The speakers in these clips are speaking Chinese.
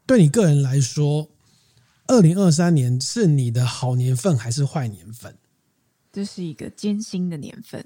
对你个人来说，2023年是你的好年份还是坏年份？ 这是一个艰辛的年份。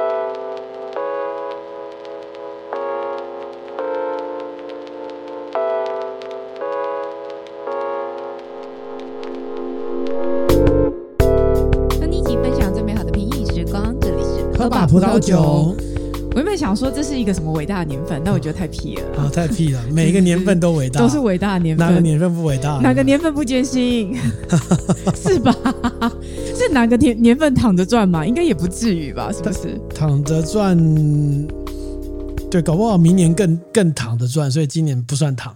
和你一起分享最美好的平易时光，这里是喝吧葡萄酒。 我原本想说这是一个什么伟大的年份，但我觉得太屁了。 太屁了！每一个年份都伟大， 都是伟大的年份。 哪个年份不伟大？ 哪个年份不艰辛？是吧？是哪个年份躺着赚嘛？应该也不至于吧？是不是？ 躺着赚，对，搞不好明年更躺着赚，所以今年不算躺。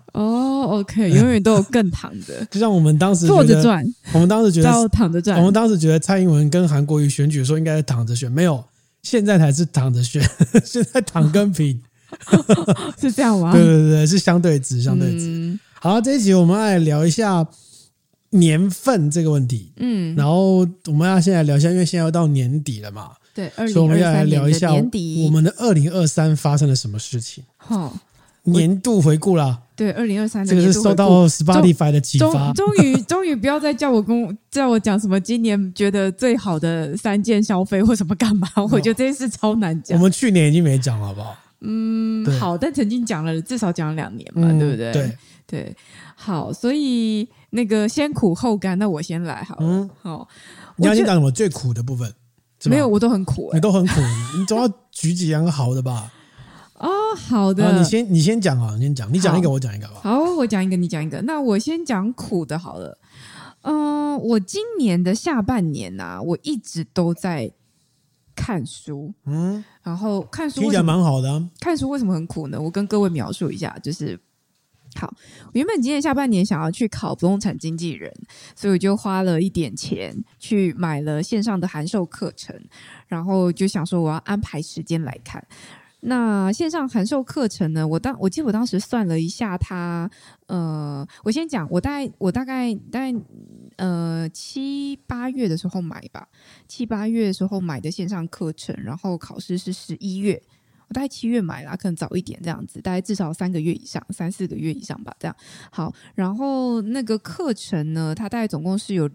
OK， 永远都有更躺的。 就像我们当时坐着赚， 我们当时觉得躺着赚， 我们当时觉得蔡英文跟韩国瑜选举的时候应该是躺着选，没有。现在才是躺着选，现在躺跟平， 是这样吗？ 对对对，是相对值，相对值。好，这一集我们来聊一下年份这个问题，然后我们要先来聊一下，因为现在要到年底了嘛， 对， 所以我们要来聊一下年底我们的2023发生了什么事情。年度回顾啦， 对，2023 这个是受到 Spotify 的启发， 终于不要再叫我讲什么今年觉得最好的3件消费或什么干嘛，我觉得这件事超难讲。 我们去年已经没讲了，好不好？ 好，但曾经讲了，至少讲了2年嘛，对不对？对，好，所以那个先苦后甘，那我先来好了。好， 你要先讲什么最苦的部分？ 没有，我都很苦， 你都很苦，你总要举几样好的吧？ 好的， 你先讲啊，你讲一个，我讲一个吧。 好，我讲一个，你讲一个。那我先讲苦的好了。我今年的下半年啊，我一直都在看书，然后看书听起来蛮好的啊。 看书为什么很苦呢？我跟各位描述一下，就是好，我原本今年下半年想要去考不动产经纪人，所以我就花了一点钱去买了线上的函授课程，然后就想说我要安排时间来看。那线上函授课程呢？我记得我当时算了一下它，我先讲，我大概7、8月的时候买吧，7、8月的时候买的线上课程，然后考试是11月，我大概7月买啦，可能早一点这样子，大概至少3个月以上，3、4个月以上吧，这样。好，然后那个课程呢，它大概总共是有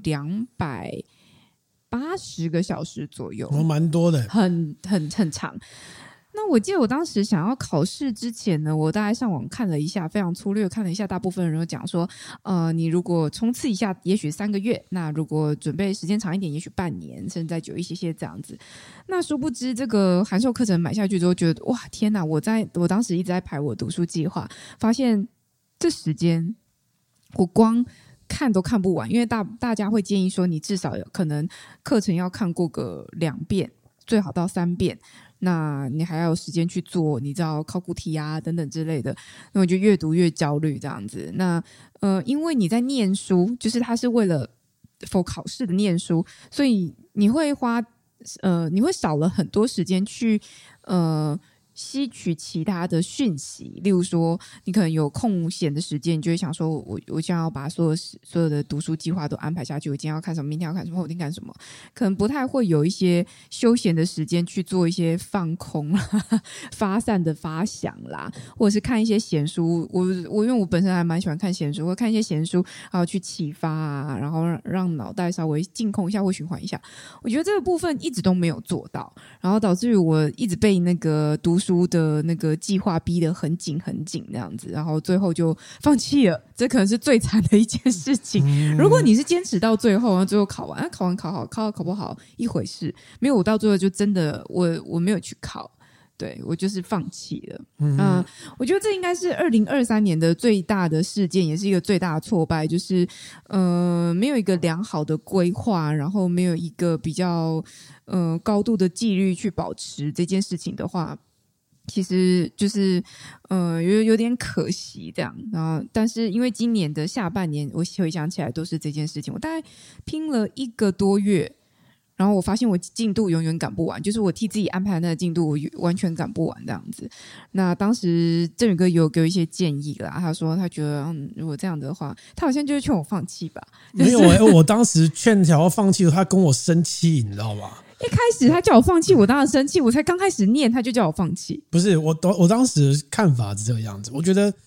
280个小时左右， 蛮多的， 很长。那我记得我当时想要考试之前呢，我大概上网看了一下，非常粗略看了一下，大部分人都讲说，你如果冲刺一下，也许3个月；那如果准备时间长一点，也许半年，甚至再久一些这样子。那殊不知，这个函授课程买下去之后，觉得哇，天哪！我当时一直在排我读书计划，发现这时间我光看都看不完，因为大家会建议说，你至少有可能课程要看过个2遍，最好到3遍。那你还要有时间去做，你知道考古题啊等等之类的，那我就越读越焦虑这样子。那因为你在念书，就是它是为了考试的念书，所以你会少了很多时间去吸取其他的讯息，例如说你可能有空闲的时间，你就会想说我想要把所有的读书计划都安排下去，我今天要看什么，明天要看什么，后天看什么，可能不太会有一些休闲的时间去做一些放空啦、发散的发想啦，或者是看一些闲书。我因为我本身还蛮喜欢看闲书，我看一些闲书，然后去启发啊，然后让脑袋稍微净空一下或循环一下。我觉得这个部分一直都没有做到，然后导致于我一直被那个读书的那个计划逼得很紧这样子，然后最后就放弃了。这可能是最惨的一件事情。如果你是坚持到最后，然后最后考完，考完考好，考不好一回事。没有，我到最后就真的我没有去考。对，我就是放弃了。我觉得这应该是2023年的最大的事件，也是一个最大的挫败，就是没有一个良好的规划，然后没有一个比较高度的纪律去保持这件事情的话，其实就是有点可惜这样。然后但是因为今年的下半年我回想起来都是这件事情，我大概拼了1个多月，然后我发现我进度永远赶不完，就是我替自己安排的那个进度我完全赶不完这样子。那当时振宇哥有给我一些建议啦，他说他觉得如果这样的话，他好像就是劝我放弃吧。 没有我当时劝想要放弃，他跟我生气，你知道吗？ 一开始他叫我放弃，我当然生气，我才刚开始念他就叫我放弃。 不是我当时看法是这个样子，我觉得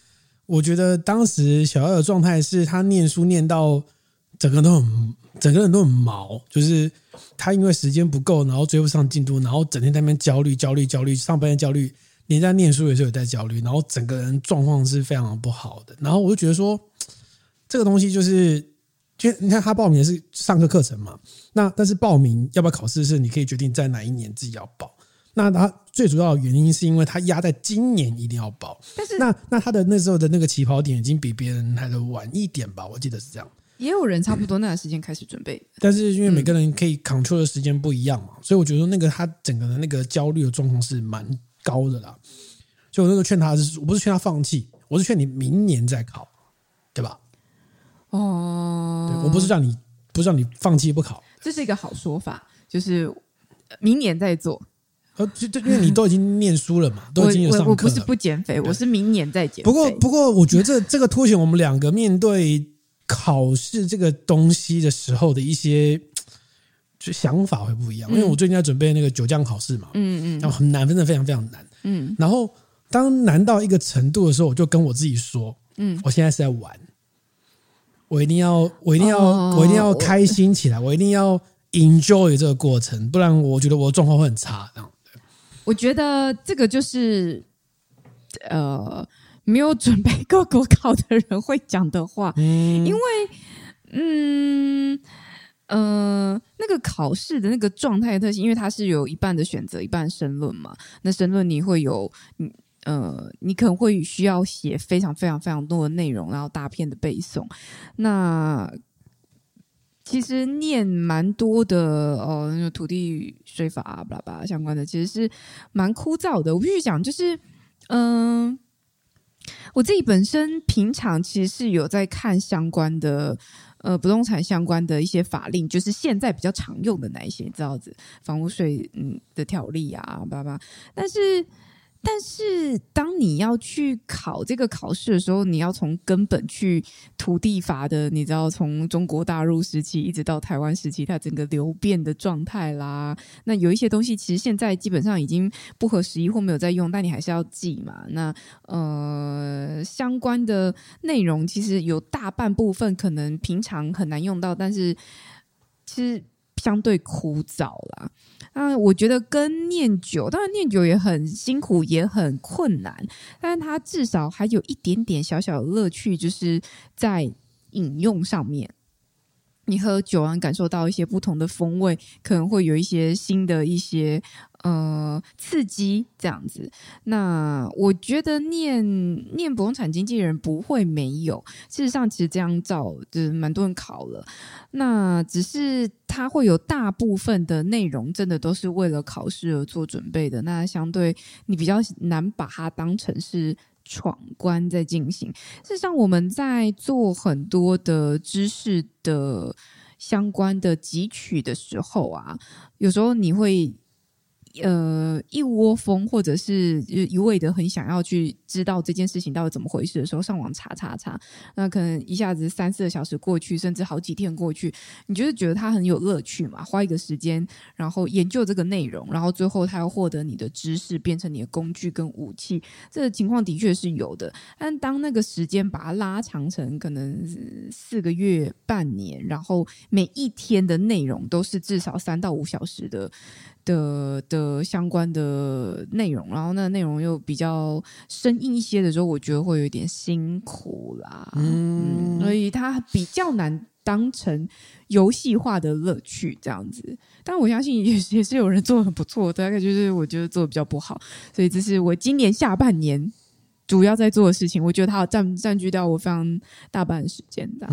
我觉得当时小姚的状态是他念书念到整个人都很毛，就是他因为时间不够，然后追不上进度，然后整天在那边焦虑，上班的焦虑，连在念书也是有在焦虑，然后整个人状况是非常不好的。然后我就觉得说，这个东西就是你看他报名的是上课程嘛，但是报名要不要考试是你可以决定在哪一年自己要报。那他最主要的原因是因为他压在今年一定要报， 但是那他的那时候的那个起跑点已经比别人还得晚一点吧，我记得是这样。 也有人差不多那个时间开始准备， 但是因为每个人可以 control 的时间不一样嘛，所以我觉得那个他整个的那个焦虑的状况是蛮高的啦。所以我那个劝他我不是劝他放弃，我是劝你明年再考，对吧？ 哦， 对，我不是让你放弃不考， 这是一个好说法，就是明年再做。 就因为你都已经念书了嘛，都已经有上课了。 我不是不减肥，我是明年再减肥。 不过，我觉得这个凸显我们两个面对考试这个东西的时候的一些就想法会不一样。因为我最近在准备那个9降考试嘛，然后很难，真的非常非常难。然后当难到一个程度的时候，我就跟我自己说，我现在是在玩，我一定要开心起来，我一定要 enjoy 这个过程，不然我觉得我的状况会很差。这样。 我觉得这个就是没有准备过国考的人会讲的话，因为那个考试的那个状态的特性，因为它是有一半的选择，一半申论嘛。那申论你会有你可能会需要写非常非常非常多的内容，然后大片的背诵。那其实念蛮多的那个土地税法啊巴拉巴拉相关的，其实是蛮枯燥的。我必须讲，就是我自己本身平常其实是有在看相关的不动产相关的一些法令，就是现在比较常用的那一些，你知道子房屋税的条例啊巴拉巴拉。但是当你要去考这个考试的时候，你要从根本去土地法的，你知道从中国大陆时期一直到台湾时期它整个流变的状态啦，那有一些东西其实现在基本上已经不合时宜或没有在用，但你还是要记嘛。那相关的内容其实有大半部分可能平常很难用到，但是其实相对枯燥啦。我觉得跟念酒，当然念酒也很辛苦，也很困难，但是它至少还有一点点小小的乐趣，就是在饮用上面。你喝酒啊，感受到一些不同的风味，可能会有一些新的一些刺激这样子。那我觉得念不动产经纪人不会没有，事实上其实这样照就是蛮多人考了，那只是它会有大部分的内容真的都是为了考试而做准备的，那相对你比较难把它当成是闯关在进行。事实上我们在做很多的知识的相关的汲取的时候啊，有时候你会一窝蜂或者是一味的很想要去知道这件事情到底怎么回事的时候，上网查，那可能一下子3-4个小时过去，甚至好几天过去，你就是觉得它很有乐趣嘛，花一个时间然后研究这个内容，然后最后它要获得你的知识变成你的工具跟武器，这个情况的确是有的。但当那个时间把它拉长成可能4个月半年，然后每一天的内容都是至少3到5小时的相关的内容，然后那内容又比较生硬一些的时候，我觉得会有点辛苦啦。所以它比较难当成游戏化的乐趣这样子。但我相信也是有人做得很不错，大概就是我觉得做得比较不好，所以这是我今年下半年主要在做的事情。我觉得它占据掉我非常大半的时间的。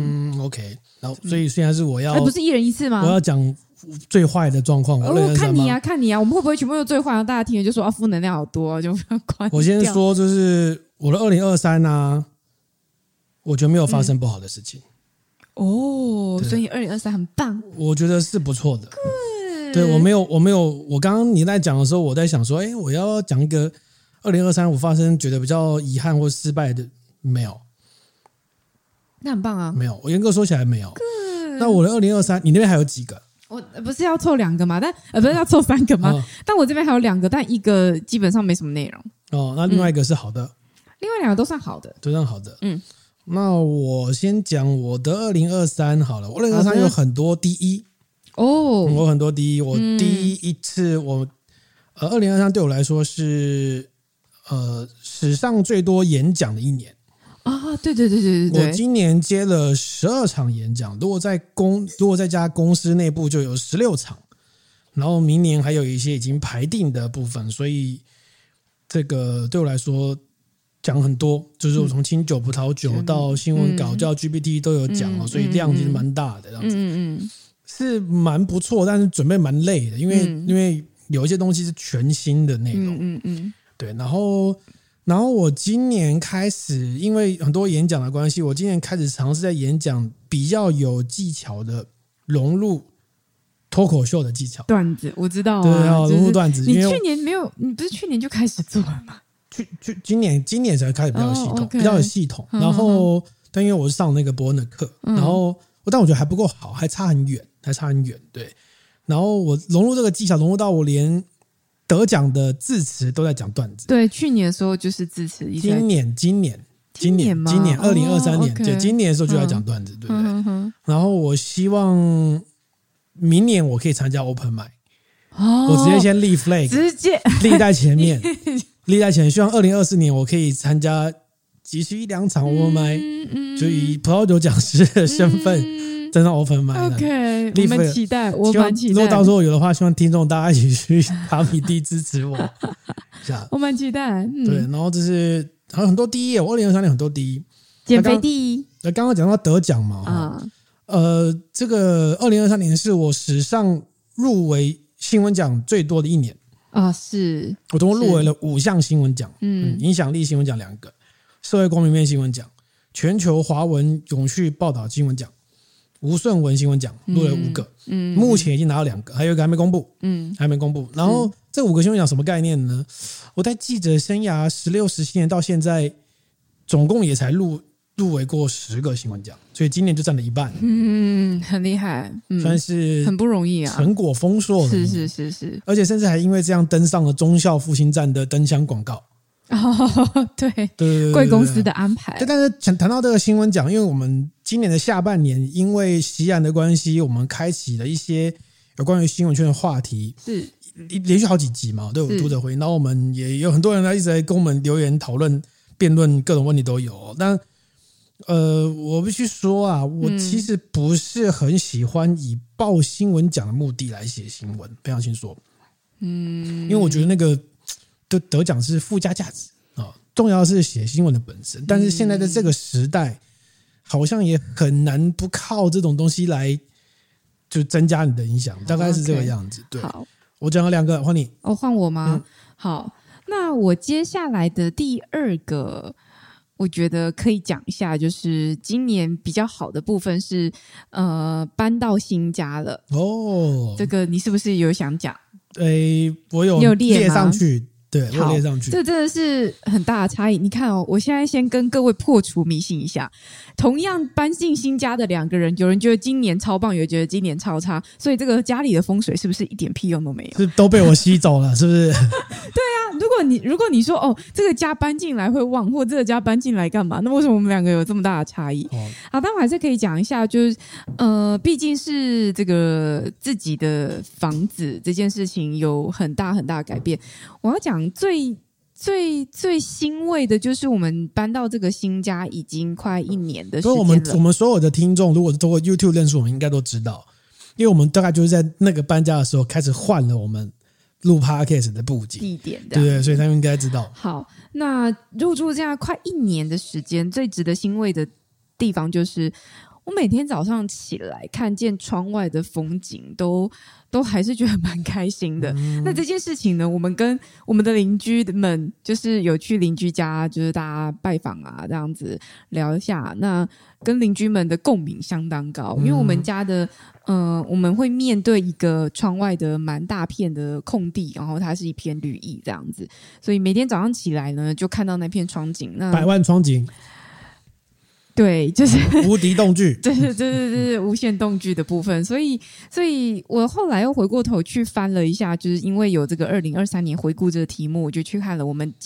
OK， 然后所以现在是我要， 不是一人一次吗？ 我要讲最坏的状况。 看你啊，我们会不会全部都最坏？然后大家听了就说负能量好多，就不要关掉。 我先说，就是我的2023啊，我觉得没有发生不好的事情。 所以2023很棒， 我觉得是不错的。对，我没有，我刚刚你在讲的时候，我在想说，我要讲一个2023我发生觉得比较遗憾或失败的，没有。 那很棒啊， 没有，我严格说起来没有。那我的2023，你那边还有几个？ 我不是要凑2个吗？但不是要凑3个吗？但我这边还有2个，但一个基本上没什么内容。 那另外一个是好的。 另外外两个都算好的， 都算好的。那我先讲我的2023好了。我2023有很多第一我很多第一。我第一次2023对我来说是史上最多演讲的一年啊！对， 我今年接了12场演讲，如果在家公司内部就有16场，然后明年还有一些已经排定的部分，所以这个对我来说讲很多，就是我从清酒、葡萄酒到新闻稿叫 GPT 都有讲所以量其实蛮大的，这样子是蛮不错，但是准备蛮累的，因为有一些东西是全新的内容，对，然后我今年开始，因为很多演讲的关系，我今年开始尝试在演讲比较有技巧的融入脱口秀的技巧， 段子我知道对融入段子。 你去年没有，你不是去年就开始做了吗？ 今年才开始比较有系统，比较有系统。然后，但因为我是上那个伯恩的课，然后但我觉得还不够好，还差很远。对，然后我融入这个技巧，融入到我连得奖的致辞都在讲段子。 对，去年的时候就是致辞。今年 2023年，对，今年的时候就在讲段子，对不对？然后我希望明年我可以参加 Open Mic，我直接先立 flag， 直接立在前面。希望2024年我可以参加急需1-2场 Open Mic，就以葡萄酒讲师的身份登上 Open Mic。 OK， 我蛮期待。如果到时候有的话，希望听众大家一起去塔米蒂支持我。 我蛮期待。 对，然后这是还有很多第一，我2023年很多第一， 减肥第一。 刚刚讲到得奖嘛，这个2023年是我史上入围新闻奖最多的一年。 是我总共入围了5项新闻奖，影响力新闻奖2个，社会公民面新闻奖，全球华文永续报道新闻奖，吴顺文新闻奖，入围了5个，目前已经拿到2个，还有一个还没公布，然后这5个新闻奖什么概念呢？我在记者生涯16、17年到现在，总共也才入围过10个新闻奖，所以今年就占了一半， 很厉害， 算是很不容易啊， 成果丰硕的， 是， 而且甚至还因为这样登上了忠孝复兴站的灯箱广告。 对，贵公司的安排。 对，但是谈到这个新闻奖，因为我们今年的下半年因为习案的关系，我们开启了一些有关于新闻圈的话题， 是连续好几集嘛，对我读者回应，然后我们也有很多人一直在跟我们留言讨论、辩论，各种问题都有。但我必须说啊，我其实不是很喜欢以报新闻奖的目的来写新闻，非常清楚。因为我觉得那个得奖是附加价值重要的是写新闻的本身。但是现在在这个时代，好像也很难不靠这种东西来就增加你的影响，大概是这个样子。对， 好， 我讲了2个，换你。 换我吗？好，那我接下来的第2个。我觉得可以讲一下，就是今年比较好的部分是，搬到新家了。这个你是不是有想讲？ 我有列上去。对，我列上去。 这真的是很大的差异。你看我现在先跟各位破除迷信一下，同样搬进新家的2个人，有人觉得今年超棒，有人觉得今年超差，所以这个家里的风水是不是一点屁用都没有？ 是都被我吸走了，是不是？ 对啊，如果你说这个家搬进来会旺，或这个家搬进来干嘛？那为什么我们2个有这么大的差异？好，但我还是可以讲一下，就是毕竟是这个自己的房子这件事情有很大很大的改变。我要讲最欣慰的就是我们搬到这个新家已经快1年的时间了。 我们所有的听众如果是通过 YouTube 认识我们，应该都知道，因为我们大概就是在那个搬家的时候开始换了我们录 Podcast 的布景地点， 对，所以他们应该知道。 好，那入住这样快1年的时间，最值得欣慰的地方就是我每天早上起来看见窗外的风景都还是觉得蛮开心的。那这件事情呢，我们跟我们的邻居们就是有去邻居家，就是大家拜访啊，这样子聊一下，那跟邻居们的共鸣相当高。因为我们家的我们会面对一个窗外的蛮大片的空地，然后它是一片绿意这样子，所以每天早上起来呢，就看到那片窗景，那百万窗景。 对，就是无敌动距， 对，无限动距的部分。所以我后来又回过头去翻了一下，就是因为有这个2023年回顾这个题目，我就去看了我们今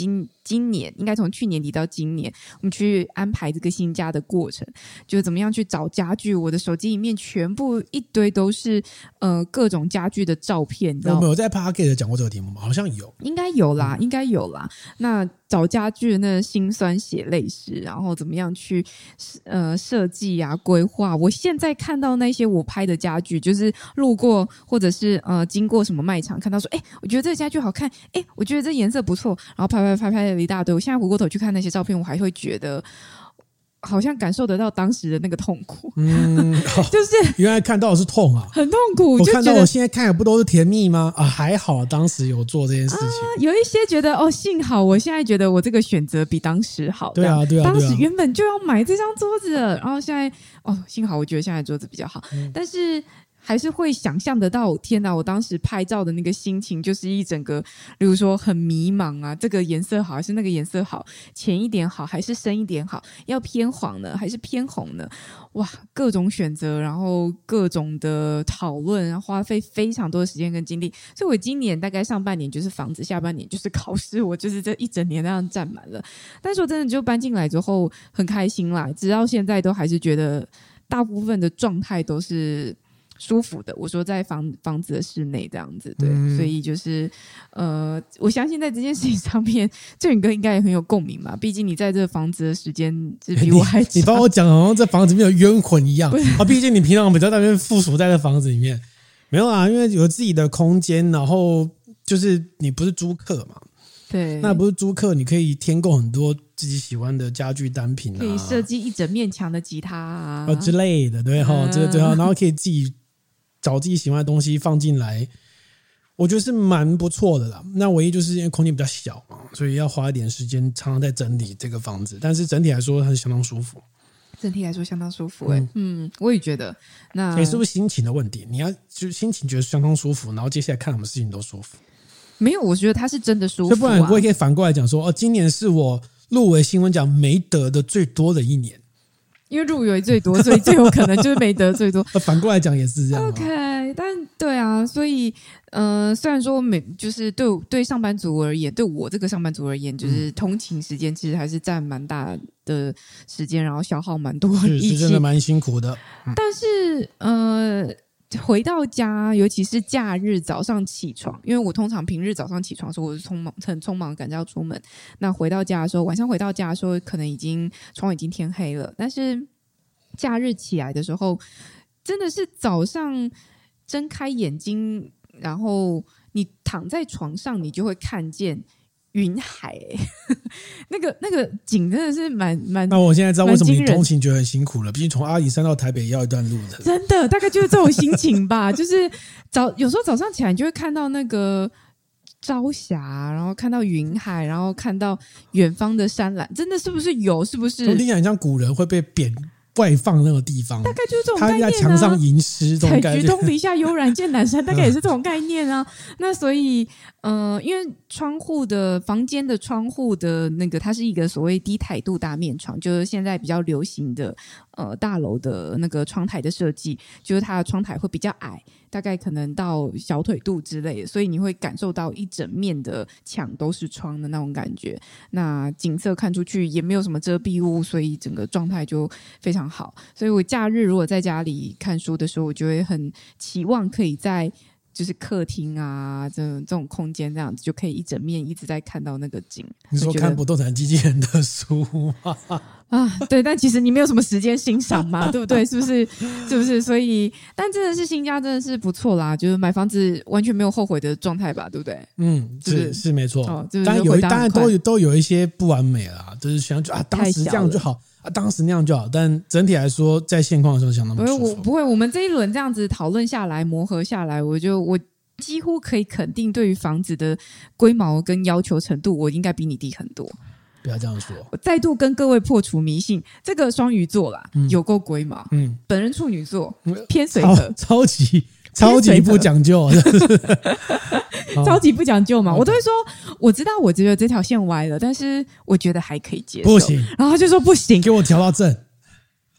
今年应该从去年底到今年，我们去安排这个新家的过程，就怎么样去找家具。我的手机里面全部一堆都是各种家具的照片，你知道吗？ 我们有在 Podcast 讲过这个题目吗？好像有， 应该有啦，应该有啦。那找家具的那个辛酸血泪史，然后怎么样去设计啊规划。我现在看到那些我拍的家具，就是路过或者是经过什么卖场看到说，我觉得这个家具好看，我觉得这颜色不错，然后拍了一大堆。我现在回过头去看那些照片，我还会觉得好像感受得到当时的那个痛苦，就是原来看到的是痛啊， 很痛苦。 我看到我现在看的不都是甜蜜吗？啊，还好当时有做这件事情。 有一些觉得幸好我现在觉得我这个选择比当时好。 对啊， 当时原本就要买这张桌子了，然后现在幸好我觉得现在桌子比较好，但是还是会想象得到，天哪！我当时拍照的那个心情，就是一整个，比如说很迷茫啊，这个颜色好还是那个颜色好，浅一点好还是深一点好，要偏黄呢还是偏红呢？哇，各种选择，然后各种的讨论，然后花费非常多的时间跟精力。所以我今年大概上半年就是房子，下半年就是考试，我就是这一整年那样占满了。但是我真的就搬进来之后很开心啦，直到现在都还是觉得大部分的状态都是舒服的。我说在房子的室内这样子，对，所以就是我相信在这件事情上面，振宇哥应该也很有共鸣嘛。毕竟你在这个房子的时间是比我还长。 你帮我讲，好像这房子没有冤魂一样啊！毕竟你平常比较在那边附属在这房子里面，没有啊，因为有自己的空间，然后就是你不是租客嘛。 对， 那不是租客，你可以添购很多自己喜欢的家具单品啊， 可以设计一整面墙的吉他啊之类的，对哈，这个对哈，然后可以自己找自己喜欢的东西放进来，我觉得是蛮不错的啦。那唯一就是因为空间比较小嘛，所以要花一点时间，常常在整理这个房子。但是整体来说，它是相当舒服。 整体来说相当舒服我也觉得。那是不是心情的问题？你要就是心情觉得相当舒服，然后接下来看什么事情都舒服。 没有，我觉得它是真的舒服、啊。 不然我也可以反过来讲说，今年是我入围新闻奖没得的最多的一年。 因为入围最多，所以最有可能就是没得最多。 反过来讲也是这样。 OK， 但对啊，所以虽然说就是对上班族而言，对我这个上班族而言，就是通勤时间其实还是占蛮大的时间，然后消耗蛮多力气， 是真的蛮辛苦的。 但是回到家，尤其是假日早上起床，因为我通常平日早上起床的时候，我是很匆忙赶着要出门。那回到家的时候，晚上回到家的时候，可能窗已经天黑了。但是假日起来的时候，真的是早上睁开眼睛，然后你躺在床上，你就会看见云海、那个景真的是蛮。 那我现在知道为什么你通勤觉得很辛苦了，毕竟从阿里山到台北也要一段路的。 真的，大概就是这种心情吧。就是有时候早上起来，你就会看到那个朝霞，然后看到云海，然后看到远方的山岚，真的是不是有？是不是？ 听起来很像古人会被贬外放那个地方， 大概就是这种概念啊。 他在墙上吟诗，这种概念。 采菊东篱下，悠然见南山，大概也是这种概念啊。那所以，因为房间的窗户的那个，它是一个所谓低台度大面窗，就是现在比较流行的大楼的那个窗台的设计，就是它的窗台会比较矮，大概可能到小腿肚之类的，所以你会感受到一整面的墙都是窗的那种感觉。那景色看出去也没有什么遮蔽物，所以整个状态就非常好。所以我假日如果在家里看书的时候，我就会很期望可以在就是客厅啊这种空间这样子，就可以一整面一直在看到那个景。 你说看不动产经纪人的书吗？ 对，但其实你没有什么时间欣赏嘛，对不对？是不是？所以，但真的是新家真的是不错啦，就是买房子完全没有后悔的状态吧，对不对？ 是没错。 当然都有一些不完美啦，就是想当时这样就好当时那样就好，但整体来说，在现况的时候相当不舒服。 不会，我们这一轮这样子讨论下来、磨合下来，我几乎可以肯定，对于房子的规模跟要求程度，我应该比你低很多。 不要这样说。 我再度跟各位破除迷信，这个双鱼座啦，有够龟毛。本人处女座，偏随和， 超级不讲究， 超级不讲究嘛。我都会说，我知道，我觉得这条线歪了，但是我觉得还可以接受。 不行， 然后他就说不行， 给我调到正。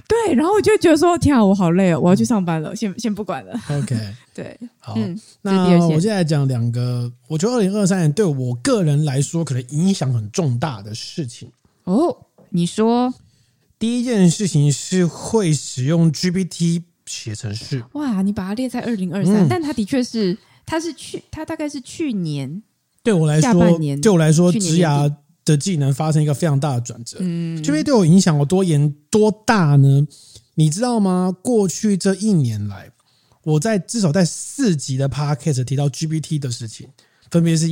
对，然后我就觉得说，天啊，我好累哦，我要去上班了，先不管了。 OK， 对， 好， 这是第那二线我接下来讲两个，我觉得2023年对我个人来说可能影响很重大的事情。 哦，你说， 第一件事情是会使用 GPT 写程式。 哇，你把它列在2023，但它的确是，它大概是去年对我来下半说， 年对我来说， 去年职涯年底的技能发生一个非常大的转折。GPT 对我影响有多大呢？你知道吗？过去这1年来，我至少在4集的 podcast 提到 GPT 的事情，分别是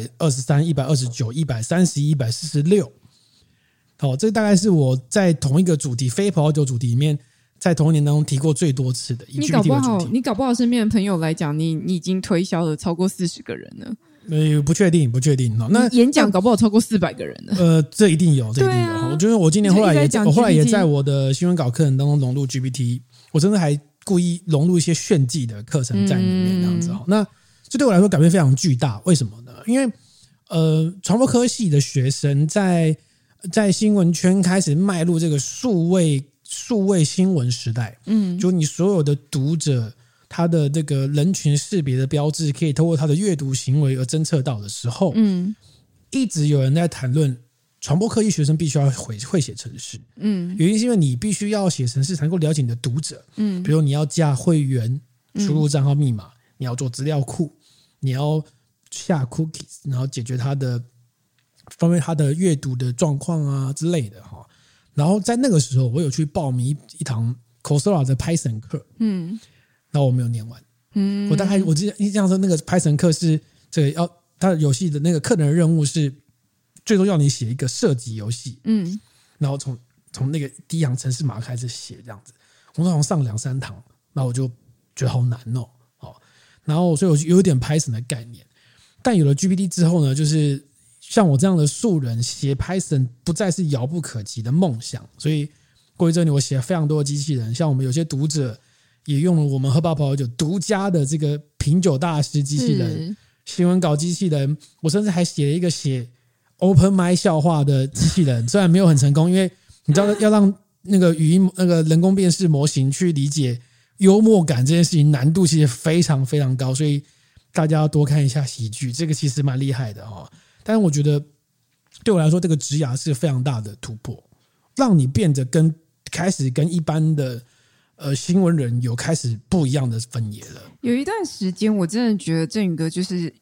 123、129、131、146。好，这大概是我在同一个主题非葡萄酒主题里面，在同一年当中提过最多次的。 你搞不好身边的朋友来讲，你已经推销了超过40个人了。 不确定。那演讲搞不好超过400个人了。 这一定有，这一定有。 啊、 我觉得我今年后来也在我我的新闻稿课程当中融入 GPT， 我甚至还故意融入一些炫技的课程在里面，这样子。那这对我来说改变非常巨大。为什么呢？因为传播科系的学生在新闻圈开始迈入这个数位新闻时代。就你所有的读者，他的这个人群识别的标志可以透过他的阅读行为而侦测到的时候，一直有人在谈论传播科技学生必须要会写程式。原因是因为你必须要写程式才能够了解你的读者。比如你要加会员，输入账号密码，你要做资料库，你要下 cookies， 然后解决他的方面他的阅读的状况啊之类的哈。然后在那个时候，我有去报名一堂 Coursera 的 Python 课。那我没有念完。我记得印象中那个 Python 课是这个他的游戏的那个课程的任务是最终要你写一个射击游戏。然后从那个第一行程式码开始写这样子。我好像上2-3堂，那我就觉得好难哦。然后所以我就有点 Python 的概念。但有了 GPT 之后呢，就是像我这样的素人写 Python 不再是遥不可及的梦想。所以过去这年我写了非常多的机器人，像我们有些读者也用了我们喝吧葡萄酒独家的这个品酒大师机器人、新闻稿机器人，我甚至还写了一个写 open mic 笑话的机器人，虽然没有很成功，因为你知道要让那个语音那个人工辨识模型去理解幽默感这件事情难度其实非常非常高，所以大家要多看一下喜剧，这个其实蛮厉害的哈。但是我觉得对我来说，这个职涯是非常大的突破，让你变得开始跟一般的新闻人有开始不一样的分野了。 有一段时间，我真的觉得振宇哥就是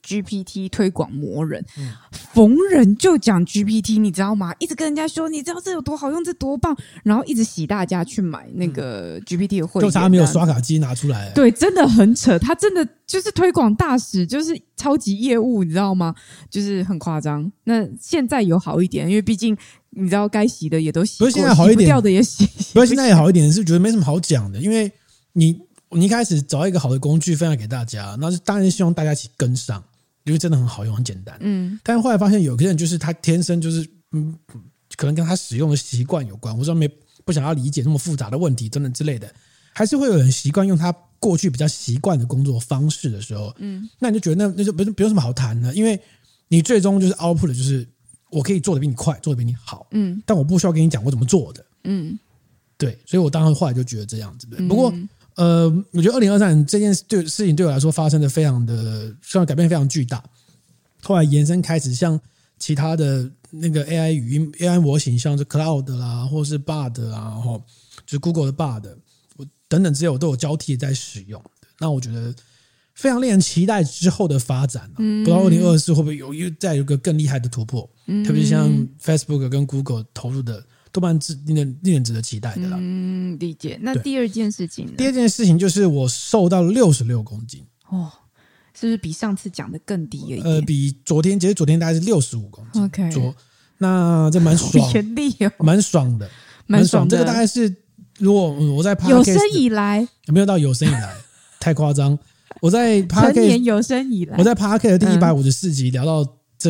GPT 推广魔人，逢人就讲 GPT， 你知道吗？一直跟人家说，你知道这有多好用，这多棒，然后一直洗大家去买那个 GPT 的会员， 就他没有刷卡机拿出来。 对，真的很扯，他真的就是推广大使，就是超级业务，你知道吗？就是很夸张。那现在有好一点，因为毕竟你知道该洗的也都洗过， 不是现在好一点， 洗不掉的也洗。 不是现在也好一点，是觉得没什么好讲的，因为你一开始找一个好的工具分享给大家，那当然希望大家一起跟上，因为真的很好用，很简单。但是后来发现有个人就是他天生就是可能跟他使用的习惯有关，或者不想要理解那么复杂的问题等等之类的，还是会有人习惯用他过去比较习惯的工作方式的时候，那你就觉得那就不用什么好谈的，因为你最终就是 output 的就是我可以做得比你快，做得比你好，但我不需要跟你讲我怎么做的，对，所以我当时后来就觉得这样子。不过我觉得2023年这件事情对我来说发生的非常改变非常巨大，后来延伸开始像其他的那个 AI 语音 AI 模型，像是 Cloud 啦，或是 Bard 啦，就是 Google 的 Bard 等等之类，我都有交替在使用。那我觉得非常令人期待之后的发展。不知道2024会不会再有个更厉害的突破，特别是像 Facebook 跟 Google 投入的都蛮令人值得期待的啦。 理解。那第二件事情呢？ 第二件事情就是我瘦到66公斤。 是不是比上次讲的更低了一点？ 比昨天大概是65公斤。 OK， 那这蛮爽， 严厉哦， 蛮爽的。这个大概是如果我在 Podcast 有生以来没有到有生以来太夸张。我在 Podcast 成年有生以来， 我在 Podcast 第154集聊到这个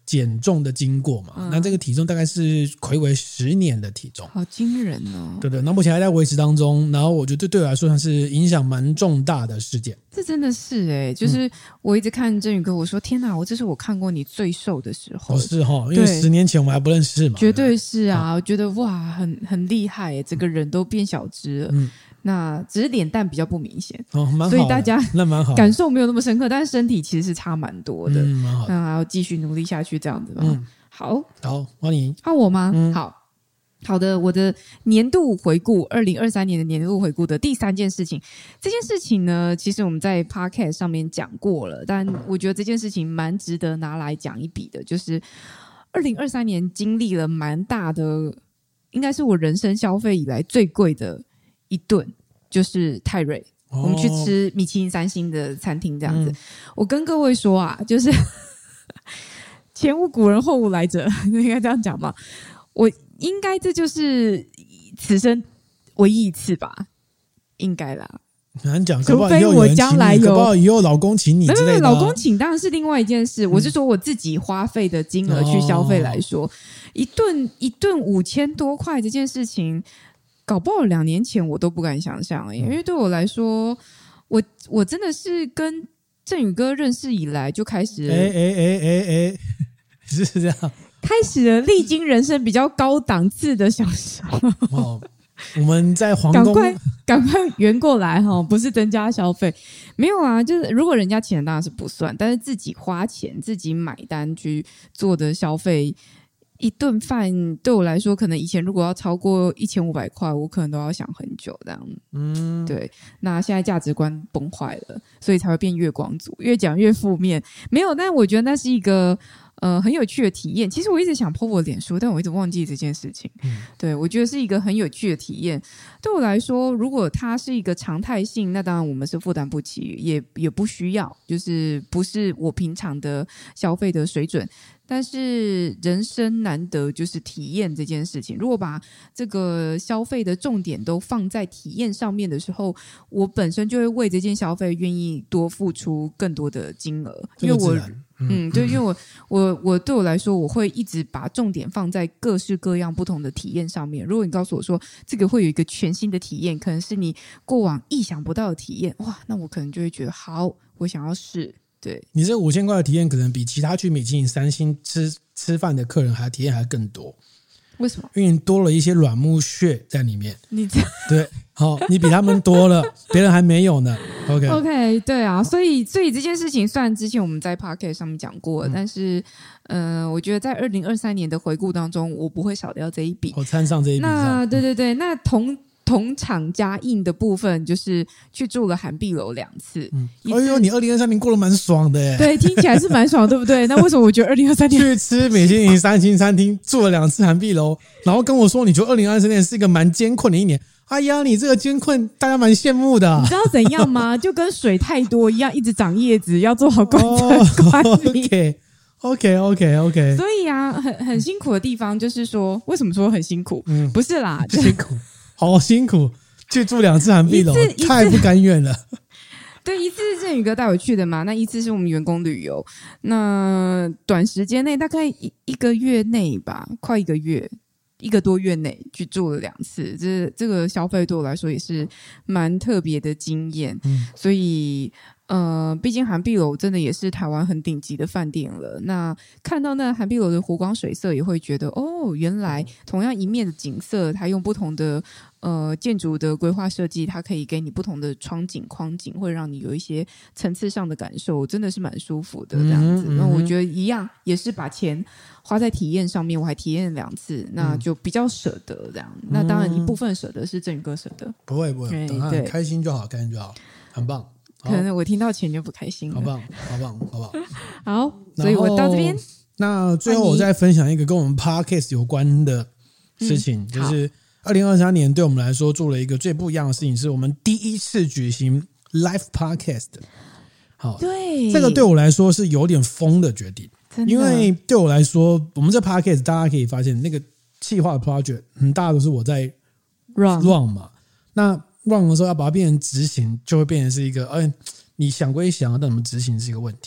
减重的经过嘛，那这个体重大概是睽违10年的体重， 好惊人哦！ 对，那目前还在维持当中，然后我觉得对我来说算是影响蛮重大的事件。 这真的是就是我一直看振宇哥，我说天哪，这是我看过你最瘦的时候。 是因为10年前我们还不认识嘛。 绝对是啊，我觉得哇，很厉害，整个人都变小只了。那只是脸蛋比较不明显， 蛮好的， 所以大家那蛮好， 感受没有那么深刻，但是身体其实是差蛮多的。 蛮好的， 那还要继续努力下去，这样子吧。好， 欢迎。 我吗？好的，我的年度回顾，2023年的年度回顾的第3件事情，这件事情呢，其实我们在 Podcast 上面讲过了，但我觉得这件事情蛮值得拿来讲一笔的，就是2023年经历了蛮大的，应该是我人生消费以来最贵的一顿，就是泰瑞。我们去吃米其林3星的餐厅，这样子。我跟各位说啊，就是前无古人后无来者，应该这样讲吧。我应该这就是此生唯一一次吧，应该啦。 难讲， 除非我将来有， 搞不好以后老公请你之类的。 老公请当然是另外一件事。我是说我自己花费的金额去消费来说，一顿5000多块这件事情，搞不好2年前我都不敢想象，因为对我来说，我真的是跟振宇哥认识以来就开始， 是这样。 开始了历经人生比较高档次的享受。 我们在皇宫赶快圆过来哈，不是增加消费，没有啊，就是如果人家请的当然是不算，但是自己花钱自己买单去做的消费，一顿饭对我来说，可能以前如果要超过1500块，我可能都要想很久这样。对，那现在价值观崩坏了，所以才会变月光族，越讲越负面。没有，但我觉得那是一个很有趣的体验。其实我一直想 po 我脸书，但我一直忘记这件事情。对，我觉得是一个很有趣的体验。对我来说，如果它是一个常态性，那当然我们是负担不起，也不需要，就是不是我平常的消费的水准。但是人生难得就是体验这件事情，如果把这个消费的重点都放在体验上面的时候，我本身就会为这件消费愿意多付出更多的金额，因为我对，因为我对我来说，我会一直把重点放在各式各样不同的体验上面。如果你告诉我说这个会有一个全新的体验，可能是你过往意想不到的体验，哇，那我可能就会觉得好，我想要试。对， 你这5000块的体验，可能比其他去米其林3星吃饭的客人体验还更多。 为什么？ 因为你多了一些软木屑在里面。 你这对，你比他们多了，别人还没有呢。OK， 对啊，所以这件事情，虽然之前我们在 Podcast 上面讲过，但是我觉得在2023年的回顾当中，我不会少掉这一笔。 我掺上这一笔。 那对，那同场加印的部分就是去住了韩碧楼2次。 你2023年过得蛮爽的耶。 对，听起来是蛮爽，对不对？那为什么我觉得2023年去吃米其林3星餐厅，住了2次韩碧楼，然后跟我说你觉得2023年是一个蛮艰困的一年？哎呀，你这个艰困，大家蛮羡慕的。 你知道怎样吗？就跟水太多一样，一直长叶子，要做好观理。 OK。 所以啊，很辛苦的地方就是说，为什么说很辛苦？不是啦， 辛苦。好辛苦，去住2次韩碧楼，太不甘愿了。 对，一次是振宇哥带我去的嘛，那一次是我们员工旅游，那短时间内大概一个月内吧，快1个月，1个多月内去住了2次，这个消费对我来说也是蛮特别的经验，所以毕竟韩碧楼真的也是台湾很顶级的饭店了。那看到那韩碧楼的湖光水色，也会觉得原来同样一面的景色，它用不同的建筑的规划设计，它可以给你不同的窗景框景，会让你有一些层次上的感受，真的是蛮舒服的这样子。那我觉得一样也是把钱花在体验上面，我还体验了2次，那就比较舍得这样。那当然一部分舍得是振宇哥舍得， 不会，等他开心就好，很棒。 可能我听到钱就不开心了。 好棒。 好，所以我到这边。 那最后我再分享一个跟我们 Podcast 有关的事情，就是2023年对我们来说做了一个最不一样的事情，是我们第一次举行 Live Podcast。好， 对， 这个对我来说是有点疯的决定，因为对我来说，我们这 Podcast 大家可以发现，那个企划的 project 很大都是我在 run 嘛，那。run 的时候要把它变成执行，就会变成是一个，你想归想，但怎么执行是一个问题。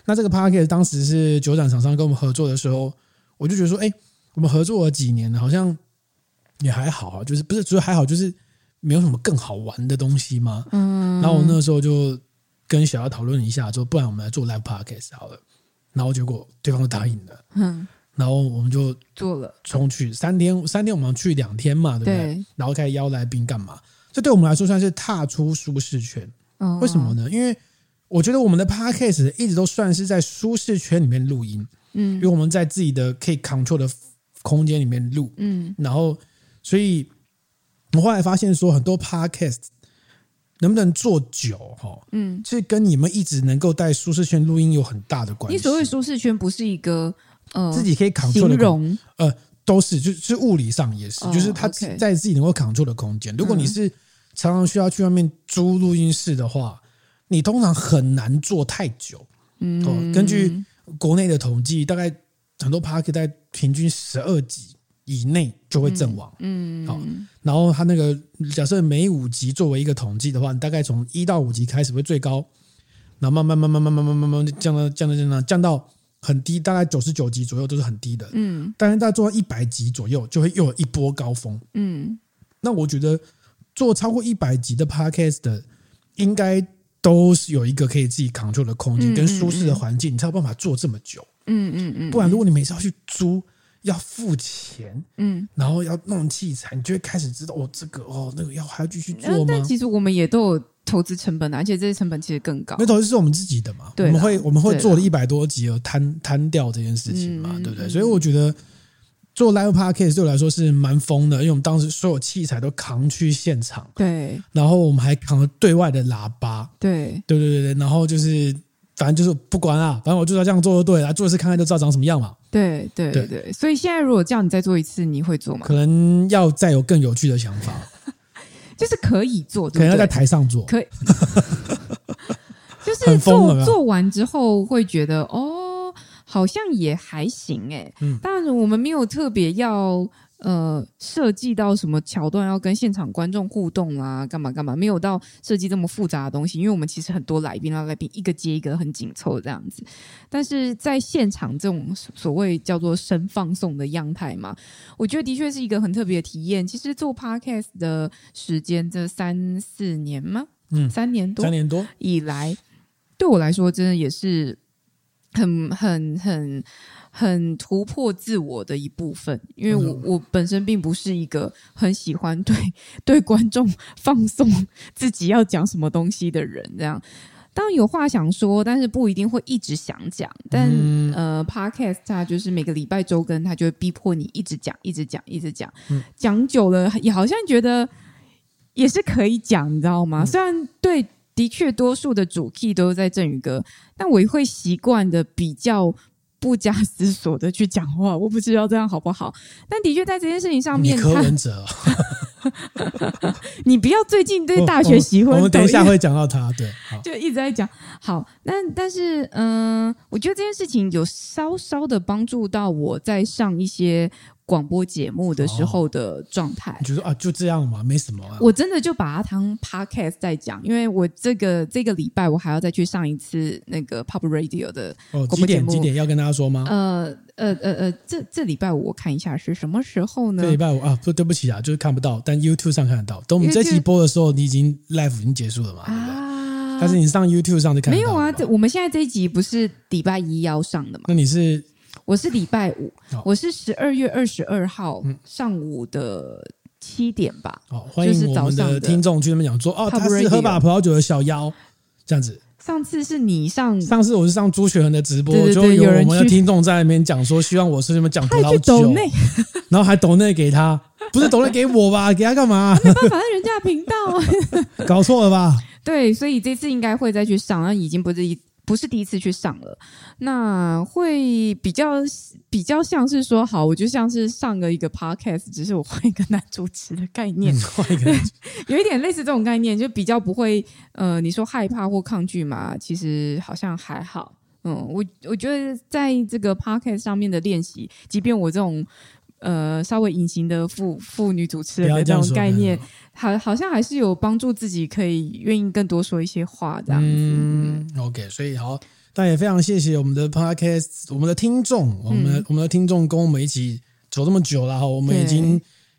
那这个 podcast 当时是酒展厂商跟我们合作的时候，我就觉得说，我们合作了几年了，好像也还好啊，就是不是主要还好，就是没有什么更好玩的东西嘛。然后我那个时候就跟小姚讨论一下，说不然我们来做 live podcast 好了。然后结果对方就答应了，然后我们就做了， 冲去3天我们去2天嘛，对不对？ 对， 然后开始邀来宾干嘛？这对我们来说算是踏出舒适圈。为什么呢？因为我觉得我们的 podcast 一直都算是在舒适圈里面录音，因为我们在自己的可以 control 的空间里面录，然后所以我后来发现说，很多 podcast 能不能做久，是跟你们一直能够在舒适圈录音有很大的关系。 你所谓舒适圈不是一个自己可以 control 的形容， 都是就是物理上也是，就是他在自己能够 control 的空间。如果你是常常需要去外面租录音室的话，你通常很难做太久。根据国内的统计，大概很多 podcast 在平均12集以内就会阵亡。好，然后他那个假设每5集作为一个统计的话，你大概从1到5集开始会最高，然后慢慢降到很低，大概99集左右都是很低的。但是大概做到100集左右，就会又有一波高峰。那我觉得做超过100集的 podcast 的，应该都是有一个可以自己 control 的空间跟舒适的环境，你才有办法做这么久。不然如果你每次要去租，要付钱，然后要弄器材，你就会开始知道这个那个还要继续做吗？ 但其实我们也都有投资成本，而且这些成本其实更高。 那投资是我们自己的嘛？对，我们会做了100多集而摊掉这件事情嘛，对不对？所以我觉得做 live podcast 对我来说是蛮疯的，因为我们当时所有器材都扛去现场， 对， 然后我们还扛了对外的喇叭， 对， 然后就是反正就是不管啊，反正我就要这样做就对了，做一次看看就知道长什么样嘛。 对。所以现在如果这样你再做一次，你会做吗？ 可能要再有更有趣的想法， 就是可以做， 可能要在台上做， 可以，就是做完之后会觉得好像也还行当然我们没有特别要设计到什么桥段要跟现场观众互动啦，干嘛干嘛，没有到设计这么复杂的东西，因为我们其实很多来宾一个接一个很紧凑这样子，但是在现场这种所谓叫做深放送的样态嘛，我觉得的确是一个很特别的体验。其实做 podcast 的时间这3-4年吗？3年多以来，对我来说真的也是很突破自我的一部分，因为我本身并不是一个很喜欢对观众放送自己要讲什么东西的人，这样当然有话想说，但是不一定会一直想讲。但podcast 它就是每个礼拜周更，它就会逼迫你一直讲，讲久了也好像觉得也是可以讲，你知道吗？虽然对。的确，多数的主 key 都在振宇哥，但我会习惯的比较不加思索的去讲话，我不知道这样好不好。但的确在这件事情上面， 你柯文哲， 你不要最近对大学喜欢， 我们等一下会讲到他，对， 就一直在讲。好，但是我觉得这件事情有稍稍的帮助到我在上一些广播节目的时候的状态。 你觉得就这样嘛，没什么我真的就把它当 podcast 在讲，因为我这个礼拜我还要再去上一次那个 Pop Radio 的广播节目。 几点要跟大家说吗？ 这礼拜五我看一下是什么时候呢？ 这礼拜五对不起啊，就是看不到，但 YouTube 上看得到。等我们这期播的时候，你已经 live 已经结束了嘛？但是你上 YouTube 上就看得到。 没有啊，我们现在这一集不是礼拜1要上的吗？ 那我是礼拜五，我是12月22号上午的7点吧。 欢迎我们的听众去那边讲说，他是喝把葡萄酒的小妖，这样子。 上次是你上次我是上朱学恒的直播， 对就有我们的听众在那边讲说，希望我是你们讲葡萄酒，然后还抖内给他，不是抖内给我吧？给他干嘛？ 没办法，是人家的频道， 搞错了吧？ 对，所以这次应该会再去上，那已经不是第一次去上了，那会比较像是说，好，我就像是上了一个 podcast， 只是我换一个男主持的概念，有一点类似这种概念，就比较不会你说害怕或抗拒嘛，其实好像还好。我觉得在这个 podcast 上面的练习，即便我这种稍微隐形的妇女主持人的这种概念，好像还是有帮助自己可以愿意更多说一些话这样子。 OK， 所以好，但也非常谢谢我们的 Podcast， 我们的听众，我们的听众跟我们一起走这么久了，我们已经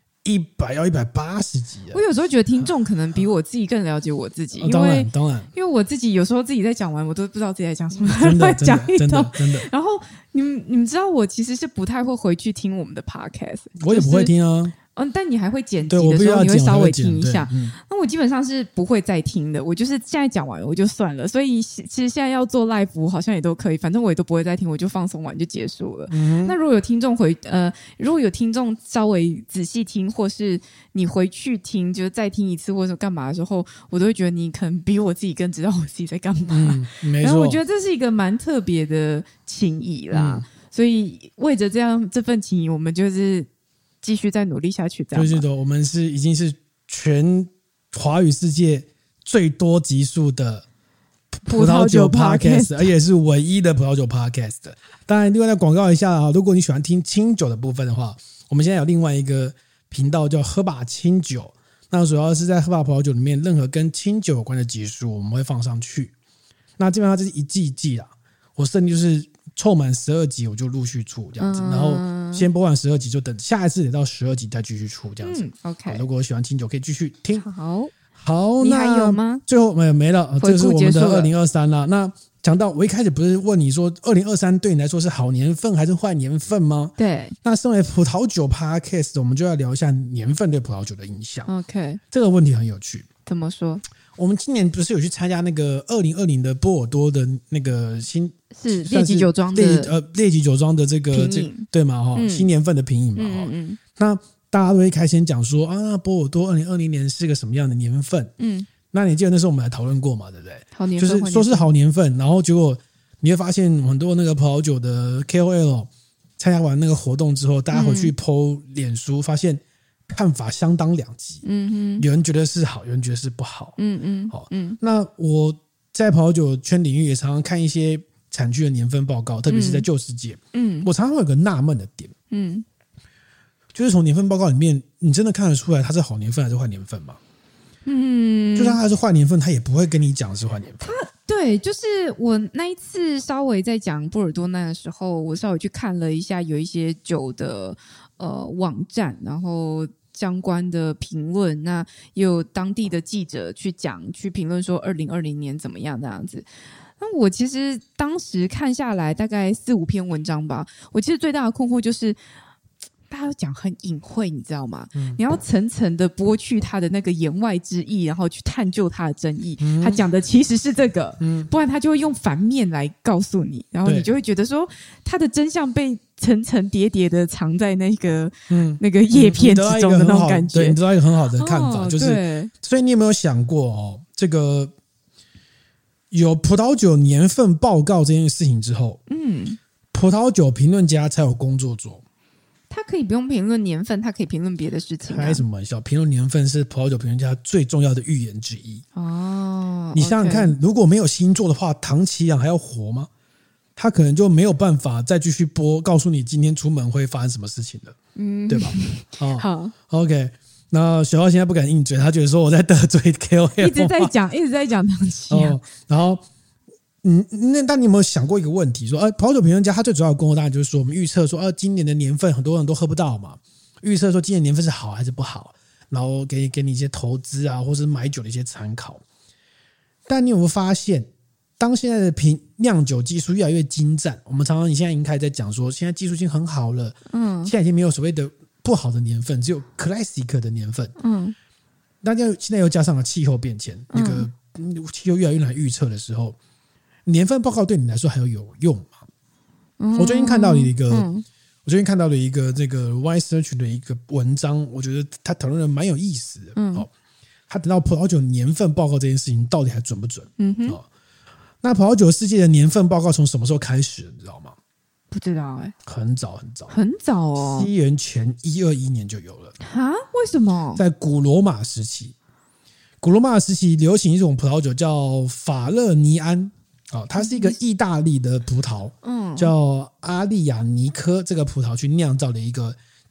180集了。 我有时候觉得听众可能比我自己更了解我自己， 当然， 因为我自己有时候自己在讲完，我都不知道自己在讲什么， 真的讲一通， 真的。 然后你们知道，我其实是不太会回去听我们的 podcast， 我也不会听啊。 但你还会剪辑的时候，你会稍微听一下。那我基本上是不会再听的，我就是现在讲完了我就算了。所以其实现在要做 live， 我好像也都可以，反正我也都不会再听，我就放松完就结束了。那如果有听众如果有听众稍微仔细听，或是你回去听，就是再听一次或者干嘛的时候，我都会觉得你可能比我自己更知道我自己在干嘛。 没错。 然后我觉得这是一个蛮特别的情谊啦，所以为着这份情谊，我们就是继续再努力下去，这样。 就是的，我们已经是全华语世界最多集数的葡萄酒 podcast， 而且是唯一的葡萄酒 podcast。当然，另外再广告一下啊，如果你喜欢听清酒的部分的话，我们现在有另外一个频道叫喝吧清酒，那主要是在喝吧葡萄酒里面任何跟清酒有关的集数我们会放上去。那基本上这是一季一季啦，我甚至就是凑满12集我就陆续出这样子，然后先播完12集就等下一次得到12集再继续出这样子。 OK， 如果喜欢清酒可以继续听。 好，你还有吗？ 最后没了，这是我们的2023了。那讲到我一开始不是问你说2023对你来说是好年份还是坏年份吗？ 对。 那身为葡萄酒 podcast， 我们就要聊一下年份对葡萄酒的影响。 OK， 这个问题很有趣。 怎么说？ 我们今年不是有去参加那个2020的波尔多的那个是列级酒庄的列级酒庄的这个对嘛新年份的评饮嘛那大家都会开先讲说啊，波尔多2020年是个什么样的年份？那你记得那时候我们还讨论过嘛，对不对？ 好年份就是说是好年份，然后结果你会发现很多那个葡萄酒的 KOL 参加完那个活动之后，大家回去 po 脸书，发现看法相当两极。有人觉得是好，有人觉得是不好。那我在葡萄酒圈领域也常常看一些产区的年份报告，特别是在旧世界。我常常会有个纳闷的点。就是从年份报告里面，你真的看得出来它是好年份还是坏年份吗？就算它是坏年份，他也不会跟你讲是坏年份。 对，就是我那一次稍微在讲波尔多那的时候，我稍微去看了一下有一些酒的网站，然后相关的评论，那也有当地的记者去评论说2020年怎么样这样子。那我其实当时看下来大概4-5篇文章吧，我其实最大的困惑就是大家讲很隐晦，你知道吗？你要层层的剥去他的那个言外之意，然后去探究他的真意。他讲的其实是这个，不然他就会用反面来告诉你，然后你就会觉得说他的真相被层层叠叠的藏在那个叶片之中的那种感觉。 对，你知道一个很好的看法，就是所以你有没有想过这个有葡萄酒年份报告这件事情之后，葡萄酒评论家才有工作做。 他可以不用评论年份，他可以评论别的事情。 开什么玩笑？评论年份是葡萄酒评论家最重要的预言之一。你想想看，如果没有星座的话，唐奇阳还要活吗？他可能就没有办法再继续告诉你今天出门会发生什么事情了，对吧？ 好 ，OK。那小奥现在不敢硬嘴，他觉得说我在得罪 KOL， 一直在讲唐奇阳。 然后。但你有没有想过一个问题？说，葡萄酒评论家他最主要的工作当然就是说，我们预测说，今年的年份很多人都喝不到嘛，预测说今年年份是好还是不好，然后给你一些投资啊，或是买酒的一些参考。但你有没有发现，当现在的酿酒技术越来越精湛，我们常常现在已经开始在讲说，现在技术已经很好了，现在已经没有所谓的不好的年份，只有 classic 的年份。大家现在又加上了气候变迁，那个气候越来越难预测的时候。年份报告对你来说还有用吗？我最近看到了一个这个 Wine Search 的一个文章，我觉得他讨论的蛮有意思的。他谈到葡萄酒年份报告这件事情到底还准不准？那葡萄酒世界的年份报告从什么时候开始？你知道吗？ 不知道很早哦， 西元前121年就有了。 为什么？ 在古罗马时期流行一种葡萄酒叫法勒尼安。它是一个意大利的葡萄，叫阿利亚尼科这个葡萄去酿造的一个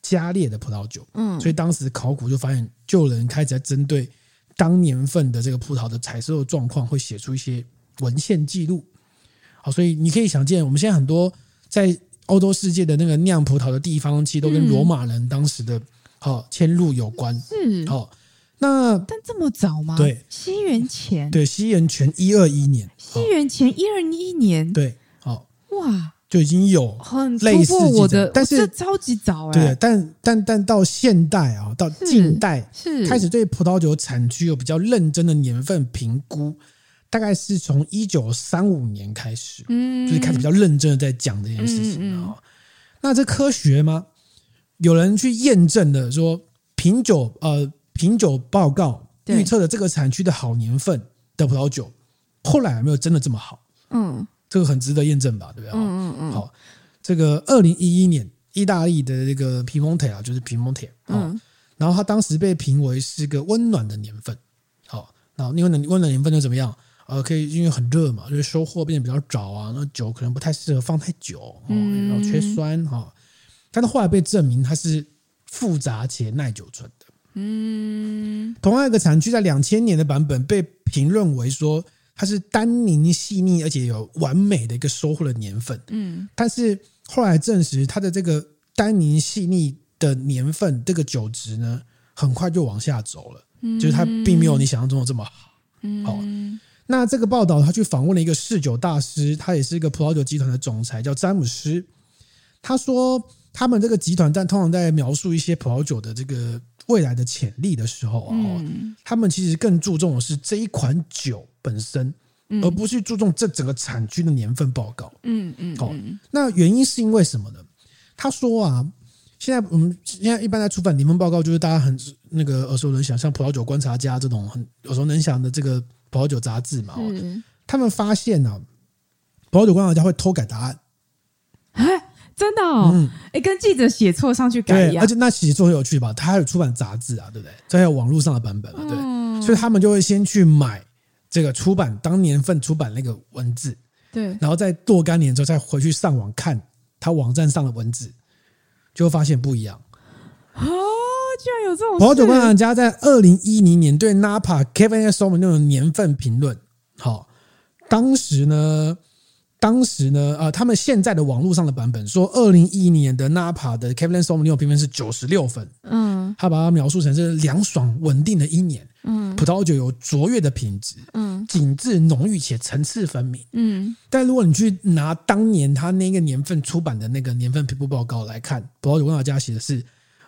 加烈的葡萄酒，所以当时考古就发现，就有人开始在针对当年份的这个葡萄的采收的状况，会写出一些文献记录。好，所以你可以想见，我们现在很多在欧洲世界的那个酿葡萄的地方，其实都跟罗马人当时的迁入有关。 是， 但这么早吗？ 对， 西元前， 对，西元前121年， 西元前121年， 对， 哇， 就已经有很类似突破我的， 但是这超级早对，但到现代啊，到近代是开始对葡萄酒产区有比较认真的年份评估，大概是从1935年开始，就是开始比较认真的在讲这件事情啊。那这科学吗？有人去验证的说，品酒报告预测的这个产区的好年份的葡萄酒，后来有没有真的这么好？这个很值得验证吧，对不对？好，这个2011年意大利的这个皮蒙特啊，就是皮蒙特，然后它当时被评为是个温暖的年份。好，然后因为温暖年份就怎么样？可以因为很热嘛，就是收获变得比较早啊，那酒可能不太适合放太久，然后缺酸哈。但是后来被证明它是复杂且耐久存的。同样一个产区在2000年的版本被评论为说它是单宁细腻而且有完美的一个收获的年份。但是后来证实它的这个单宁细腻的年份，这个酒质呢很快就往下走了，就是它并没有你想象中的这么好。那这个报道他去访问了一个侍酒大师，他也是一个葡萄酒集团的总裁，叫詹姆斯。他说他们这个集团通常在描述一些葡萄酒的这个未来的潜力的时候，他们其实更注重的是这一款酒本身，而不是注重这整个产区的年份报告。那原因是因为什么呢？他说啊，我们现在一般在出版年份报告，就是大家很那个耳熟能详，像葡萄酒观察家这种很耳熟能详的这个葡萄酒杂志嘛，他们发现啊，葡萄酒观察家会偷改答案。 真的跟记者写错上去改一样。 而且那写作很有趣吧，他还有出版杂志啊，对不对？这还有网络上的版本嘛，对。所以他们就会先去买这个出版当年份出版那个文字， 对， 然后在若干年之后再回去上网看他网站上的文字，就会发现不一样。 居然有这种事！ 葡萄酒观察家在2010年对 Napa Cabernet Sauvignon 的年份评论，当时呢，他们现在的网络上的版本说，2010年的 Napa 的 Cabernet Sauvignon 评分是96分，他把它描述成是凉爽稳定的一年，葡萄酒有卓越的品质，景致浓郁且层次分明，但如果你去拿当年他那个年份出版的那个年份评估报告来看，葡萄酒观察家写的是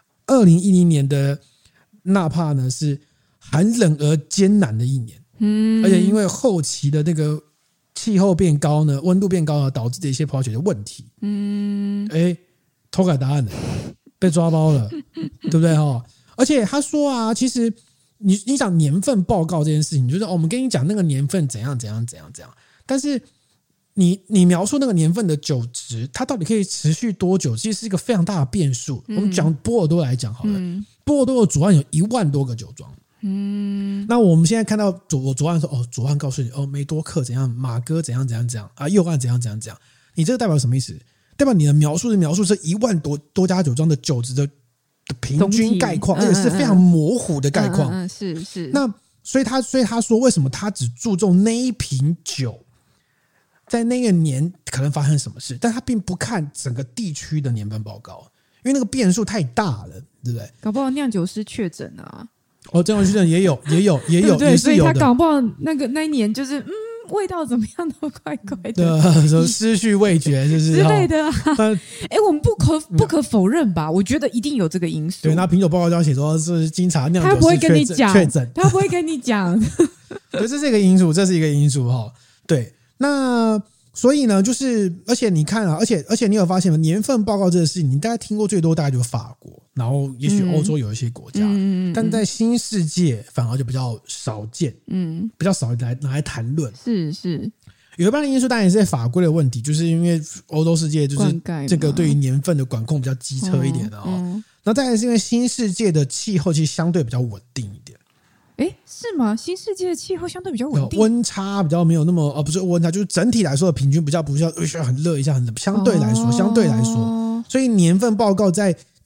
2010年的纳帕呢是寒冷而艰难的一年，而且因为后期的那个气候变高呢，温度变高呢，导致的一些葡萄酒的问题，偷改答案了，被抓包了，对不对哈？而且他说啊，其实你讲年份报告这件事情，就是我们跟你讲那个年份怎样，但是你描述那个年份的酒质，它到底可以持续多久，其实是一个非常大的变数。我们讲波尔多来讲好了，波尔多的左岸有1万多个酒庄。那我们现在看到左岸说，左岸告诉你梅多克怎样，马哥怎样啊，右岸怎样，你这个代表什么意思？代表你的描述是1万多家酒庄的酒质的平均概况，而且是非常模糊的概况。 是。 那所以他说，为什么他只注重那一瓶酒在那个年可能发生什么事，但他并不看整个地区的年份报告，因为那个变数太大了，对不对？ 搞不好酿酒师确诊啊。 这样确诊也有， 对，所以他搞不好那一年就是味道怎么样都怪怪的， 对，失去味觉就是之类的。我们不可否认吧？我觉得一定有这个因素。 对，那品酒报告就要写说是经查酿酒师他不会跟你讲确诊， 他不会跟你讲。 对，这是一个因素哈。对，那所以呢，就是而且你看啊，而且你有发现吗？年份报告这个事情，你大概听过最多大概就是法国，然后也许欧洲有一些国家，但在新世界反而就比较少见，比较少拿来谈论。是，有一半的因素当然也是法规的问题，就是因为欧洲世界就是这个对于年份的管控比较机车一点的那再来是因为新世界的气候其实相对比较稳定一点。 是吗？新世界的气候相对比较稳定， 温差比较没有那么不是温差，就是整体来说的平均比较不需要很热一下很冷，相对来说，所以年份报告在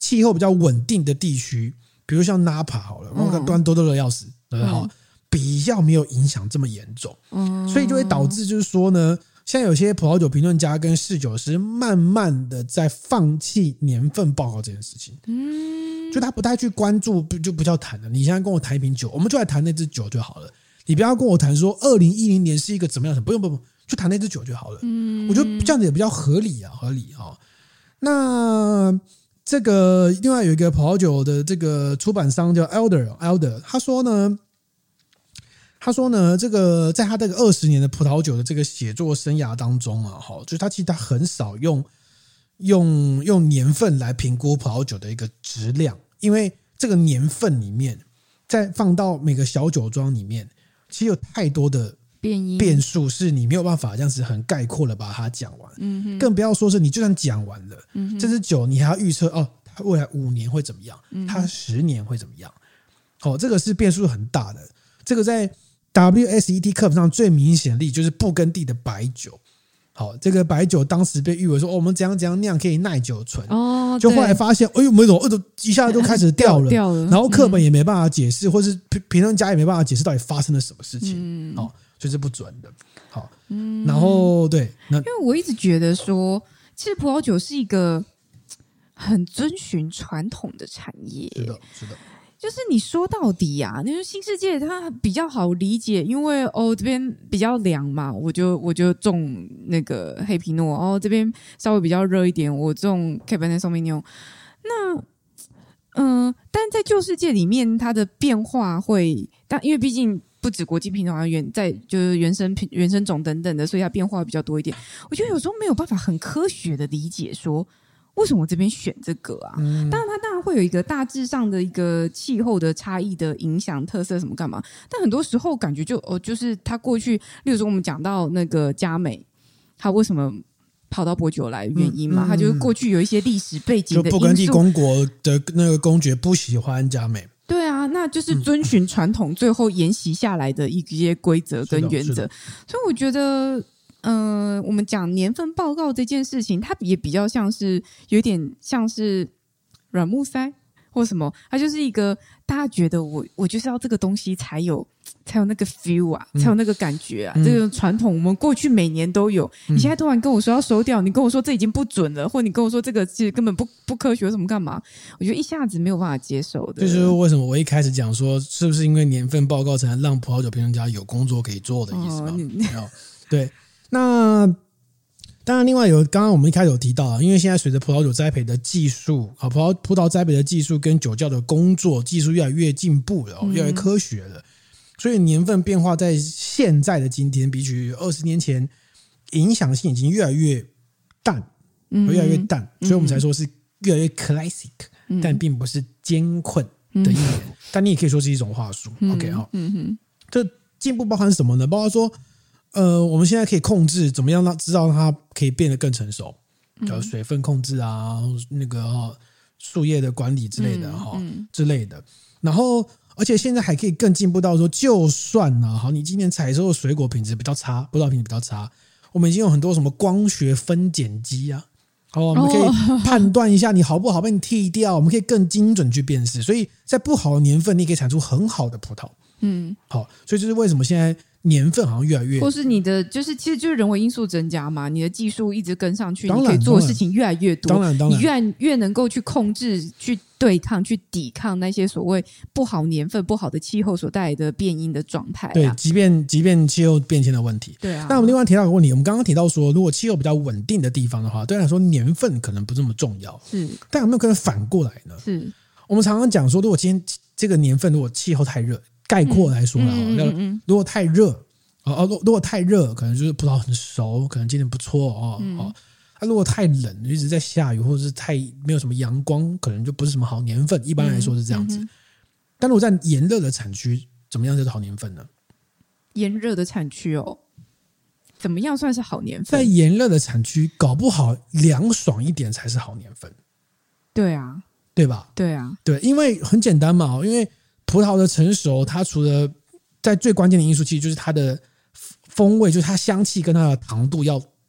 气候比较稳定的地区，比如像 Napa 好了，端多热要死，好，比较没有影响这么严重，所以就会导致就是说呢，现在有些葡萄酒评论家跟侍酒师慢慢的在放弃年份报告这件事情，就他不太去关注，就不叫谈了。你现在跟我谈一瓶酒，我们就来谈那支酒就好了。你不要跟我谈说2010年是一个怎么样的，不用，就谈那支酒就好了。我觉得这样子也比较合理啊，合理啊。那这个另外有一个葡萄酒的这个出版商叫 Elder， 他说呢，这个在他这个20年的葡萄酒的这个写作生涯当中啊，就是他其实他很少用年份来评估葡萄酒的一个质量，因为这个年份里面再放到每个小酒庄里面，其实有太多的变数是你没有办法这样子很概括的把它讲完，更不要说是你就算讲完了，这支酒你还要预测它未来5年会怎么样，它10年会怎么样，这个是变数很大的。这个在 WSET 课本上最明显的例就是布根地的白酒。好，这个白酒当时被誉为说，我们怎样酿可以耐久存，就后来发现，我们怎么一下就开始掉了，然后课本也没办法解释，或是评论家也没办法解释到底发生了什么事情，所以是不准的。好，然后对，因为我一直觉得说，其实葡萄酒是一个很遵循传统的产业， 是的。 就是你说到底啊，那新世界它比较好理解，因为这边比较凉嘛，我就种那个黑皮诺，这边稍微比较热一点，我种 Cabernet Sauvignon。但在旧世界里面，它的变化会，但因为毕竟不止国际品种，就是原生种等等的，所以它变化比较多一点。我觉得有时候没有办法很科学的理解说，为什么我这边选这个啊？当然它当然会有一个大致上的一个气候的差异的影响特色什么干嘛，但很多时候感觉就是它过去，例如说我们讲到那个嘉美，它为什么跑到薄酒来的原因嘛，它就是过去有一些历史背景的因素， 就布根地公国的那个公爵不喜欢嘉美。 对啊，那就是遵循传统，最后沿袭下来的一些规则跟原则。所以我觉得我们讲年份报告这件事情，它也比较像是有点像是软木塞或什么，它就是一个大家觉得我就是要这个东西才有那个 feel 啊，才有那个感觉啊。这个传统我们过去每年都有，你现在突然跟我说要收掉，你跟我说这已经不准了，或你跟我说这个其实根本不科学，什么干嘛？我觉得一下子没有办法接受的。 就是为什么我一开始讲说，是不是因为年份报告才能让葡萄酒评论家有工作可以做的意思吗？对。那当然，另外刚刚我们一开始有提到啊，因为现在随着葡萄酒栽培的技术啊，葡萄栽培的技术跟酒窖的工作技术越来越进步了，越来越科学了，所以年份变化在现在的今天，比起20年前，影响性已经越来越淡，越来越淡，所以我们才说是越来越 classic，但并不是艰困的一年，但你也可以说是一种话术。OK 哈，这进步包含什么呢？包括说。我们现在可以控制怎么样知道它可以变得更成熟，水分控制啊，那个树叶的管理之类的之类的。然后，而且现在还可以更进步到说，就算你今年采收的水果品质比较差，葡萄品质比较差，我们已经有很多什么光学分拣机啊，我们可以判断一下你好不好被你剔掉，我们可以更精准去辨识。所以在不好的年份，你可以产出很好的葡萄。好，所以这是为什么现在年份好像越来越， 或是你的其实就是人为因素增加嘛，你的技术一直跟上去，你可以做的事情越来越多， 当然你越能够去控制、去对抗、去抵抗那些所谓不好年份、不好的气候所带来的变因的状态。 对，即便气候变迁的问题， 对啊。 那我们另外提到一个问题，我们刚刚提到说，如果气候比较稳定的地方的话，对来说年份可能不这么重要，是，但有没有可能反过来呢？是，我们常常讲说，如果今天这个年份如果气候太热。概括来说如果太热如果太热，可能就是葡萄很熟，可能今年不错如果太冷，一直在下雨，或者是太没有什么阳光，可能就不是什么好年份。一般来说是这样子。但如果在炎热的产区，怎么样就是好年份呢？ 炎热的产区怎么样算是好年份？ 在炎热的产区，搞不好凉爽一点才是好年份。 对啊， 对吧？ 对啊， 对，因为很简单嘛，因为葡萄的成熟，它除了在最关键的因素，其实就是它的风味，就是它香气跟它的糖度要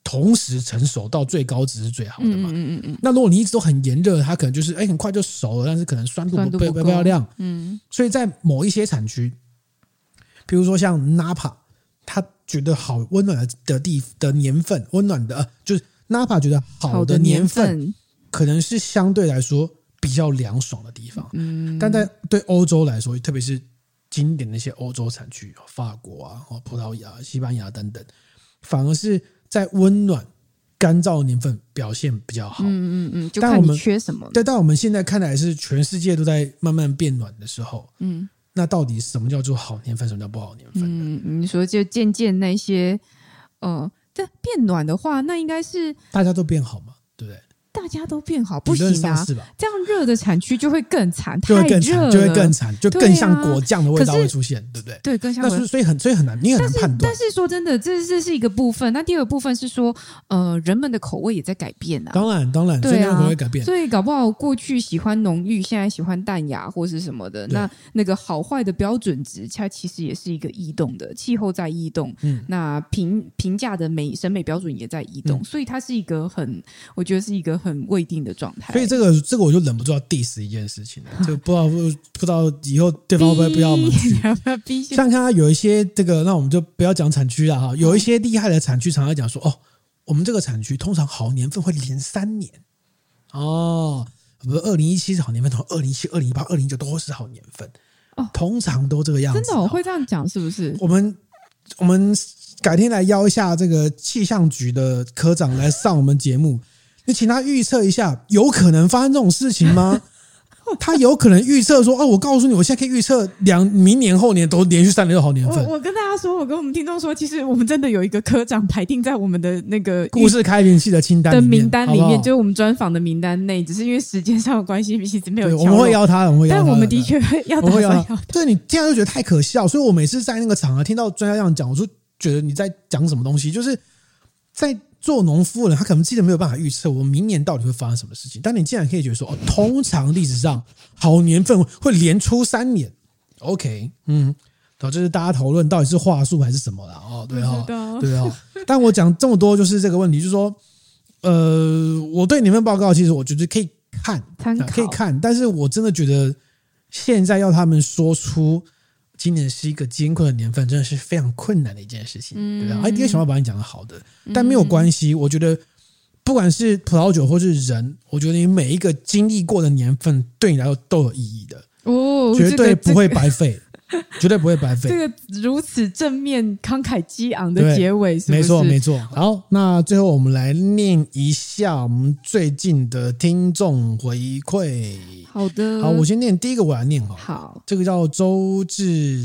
同时成熟到最高值是最好的嘛。那如果你一直都很炎热，它可能就是很快就熟了，但是可能酸度不漂亮。所以在某一些产区，比如说像 Napa， 他觉得好温暖的年份，温暖的就是 Napa 觉得好的年份，可能是相对来说比较凉爽的地方。但对欧洲来说，特别是经典的一些欧洲产区，法国啊、葡萄牙、西班牙等等，反而是在温暖干燥的年份表现比较好。 就看你缺什么。 对，但我们现在看来是全世界都在慢慢变暖的时候，那到底什么叫做好年份，什么叫不好年份呢？ 你说就渐渐那些但变暖的话，那应该是大家都变好嘛，对不对？ 大家都变好不行啊，这样热的产区就会更惨， 就会更惨，就会更惨，就更像果酱的味道会出现，对不对？ 对，更像。 那所以很难，你很难判断。 但是说真的，这是一个部分。那第二个部分是说，人们的口味也在改变啊。 当然，对啊，口味改变， 所以搞不好过去喜欢浓郁，现在喜欢淡雅或是什么的。那个好坏的标准值，它其实也是一个异动的，气候在异动。那评价的审美标准也在异动，所以它是一个我觉得是一个很未定的状态。 所以这个我就忍不住要 diss 一件事情了，就不知道以后对方会不会不要我们去。像他有一些这个，那我们就不要讲产区了哈。有一些厉害的产区常常讲说，我们这个产区通常好年份会连3年比如2017是好年份，从2017、2018、2019都是好年份，通常都这个样子。 真的会这样讲是不是？ 我们改天来邀一下这个气象局的科长来上我们节目。你请他预测一下，有可能发生这种事情吗？他有可能预测说，我告诉你，我现在可以预测明年后年都连续3年都好年份。 我跟大家说，我跟我们听众说，其实我们真的有一个科长排定在我们的那个故事开瓶器的清单的名单里面， 好不好？ 就是我们专访的名单内，只是因为时间上的关系，一直没有。 我们会邀他， 但我们的确会邀他。 对，你这样就觉得太可笑，所以我每次在那个场合听到专家这样讲，我就觉得你在讲什么东西，就是在。做农夫的人，他可能自己没有办法预测我明年到底会发生什么事情。但你竟然可以觉得说，通常历史上好年份会连出3年 ，OK， 这是大家讨论到底是话术还是什么啦？对。但我讲这么多就是这个问题，就是说，我对年份报告其实我觉得可以看，可以看，但是我真的觉得现在要他们说出。今年是一个艰困的年份，真的是非常困难的一件事情，对吧？第一个想法把你讲的好的，但没有关系。我觉得不管是葡萄酒或是人，我觉得你每一个经历过的年份，对你来说都有意义的绝对不会白费，绝对不会白费。 这个如此正面、慷慨激昂的结尾，是不是？ 没错。好，那最后我们来念一下我们最近的听众回馈。 好的， 好，我先念第一个，我来念好， 这个叫周志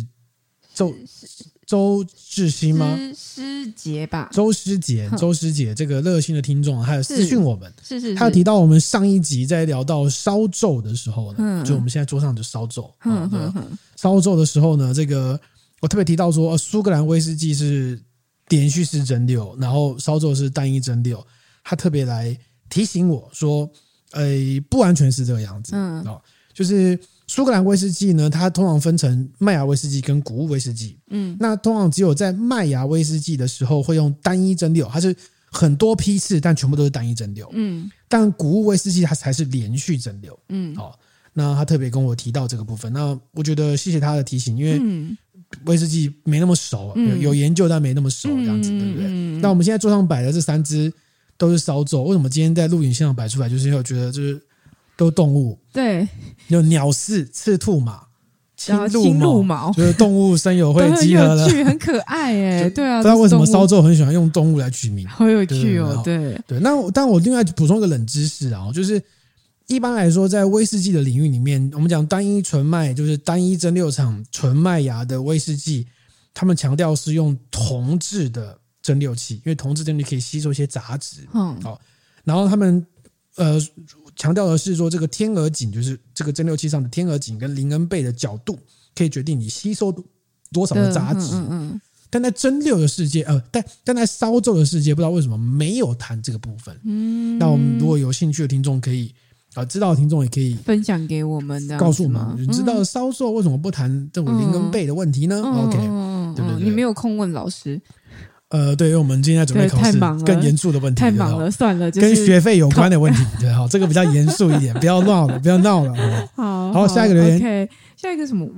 新吗？ 师姐吧， 周师姐，这个热心的听众还有私讯我们， 是， 他有提到我们上一集在聊到烧酎的时候呢，就我们现在桌上的烧酎，烧酎的时候呢，这个我特别提到说，苏格兰威士忌是连续式蒸馏，然后烧酎是单一蒸馏，他特别来提醒我说。不完全是这个样子，就是苏格兰威士忌呢，它通常分成麦芽威士忌跟谷物威士忌，那通常只有在麦芽威士忌的时候会用单一蒸馏，它是很多批次，但全部都是单一蒸馏，但谷物威士忌它才是连续蒸馏，那他特别跟我提到这个部分，那我觉得谢谢他的提醒，因为威士忌没那么熟，有研究但没那么熟，这样子，对不对？那我们现在桌上摆的这3支。都是烧酎，为什么今天在录影现场摆出来？就是因为我觉得就是都动物， 对， 有鸟饲、赤兔马、青鹭鸾， 就是动物声友会集合了， 很可爱哎，对啊， 不知道为什么烧酎很喜欢用动物来取名， 好有趣哦，对。 但我另外补充一个冷知识啊，就是一般来说，在威士忌的领域里面，我们讲单一纯麦，就是单一蒸馏厂纯麦芽的威士忌，他们强调是用铜制的。蒸馏器，因为铜制蒸馏可以吸收一些杂质，然后他们强调的是说，这个天鹅颈就是这个蒸馏器上的天鹅颈跟林恩贝的角度，可以决定你吸收多少的杂质。但在蒸馏的世界，但在烧酎的世界，不知道为什么没有谈这个部分。那我们如果有兴趣的听众可以知道的听众也可以分享给我们， 告诉我们，你知道烧酎为什么不谈这种林恩贝的问题呢？OK， 对不对？ 你没有空问老师。 对，因为我们今天在准备考试，更严肃的问题， 太忙了，算了，就是跟学费有关的问题，对，好，这个比较严肃一点，不要闹了，不要闹了。好，下一个留言 ，OK， 下一个什么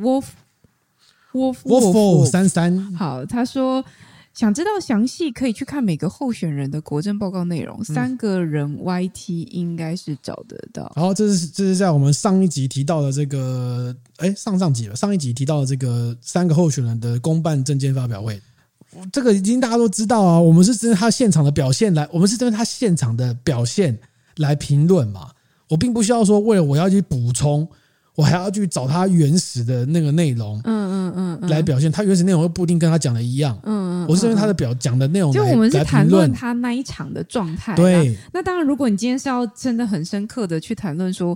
Wolf33， 好，他说想知道详细可以去看每个候选人的国政报告内容，3个人 YT 应该是找得到。 好，这是在我们上一集提到的这个，上一集提到的这个3个候选人的公办政见发表会。这个已经大家都知道啊，我们是针对他现场的表现来，我们是针对他现场的表现来评论嘛。我并不需要说为了我要去补充，我还要去找他原始的那个内容，来表现。他原始内容又不一定跟他讲的一样，我是针对他的讲的内容来评论。 就我们是谈论他那一场的状态。 对， 那当然，如果你今天是要真的很深刻的去谈论说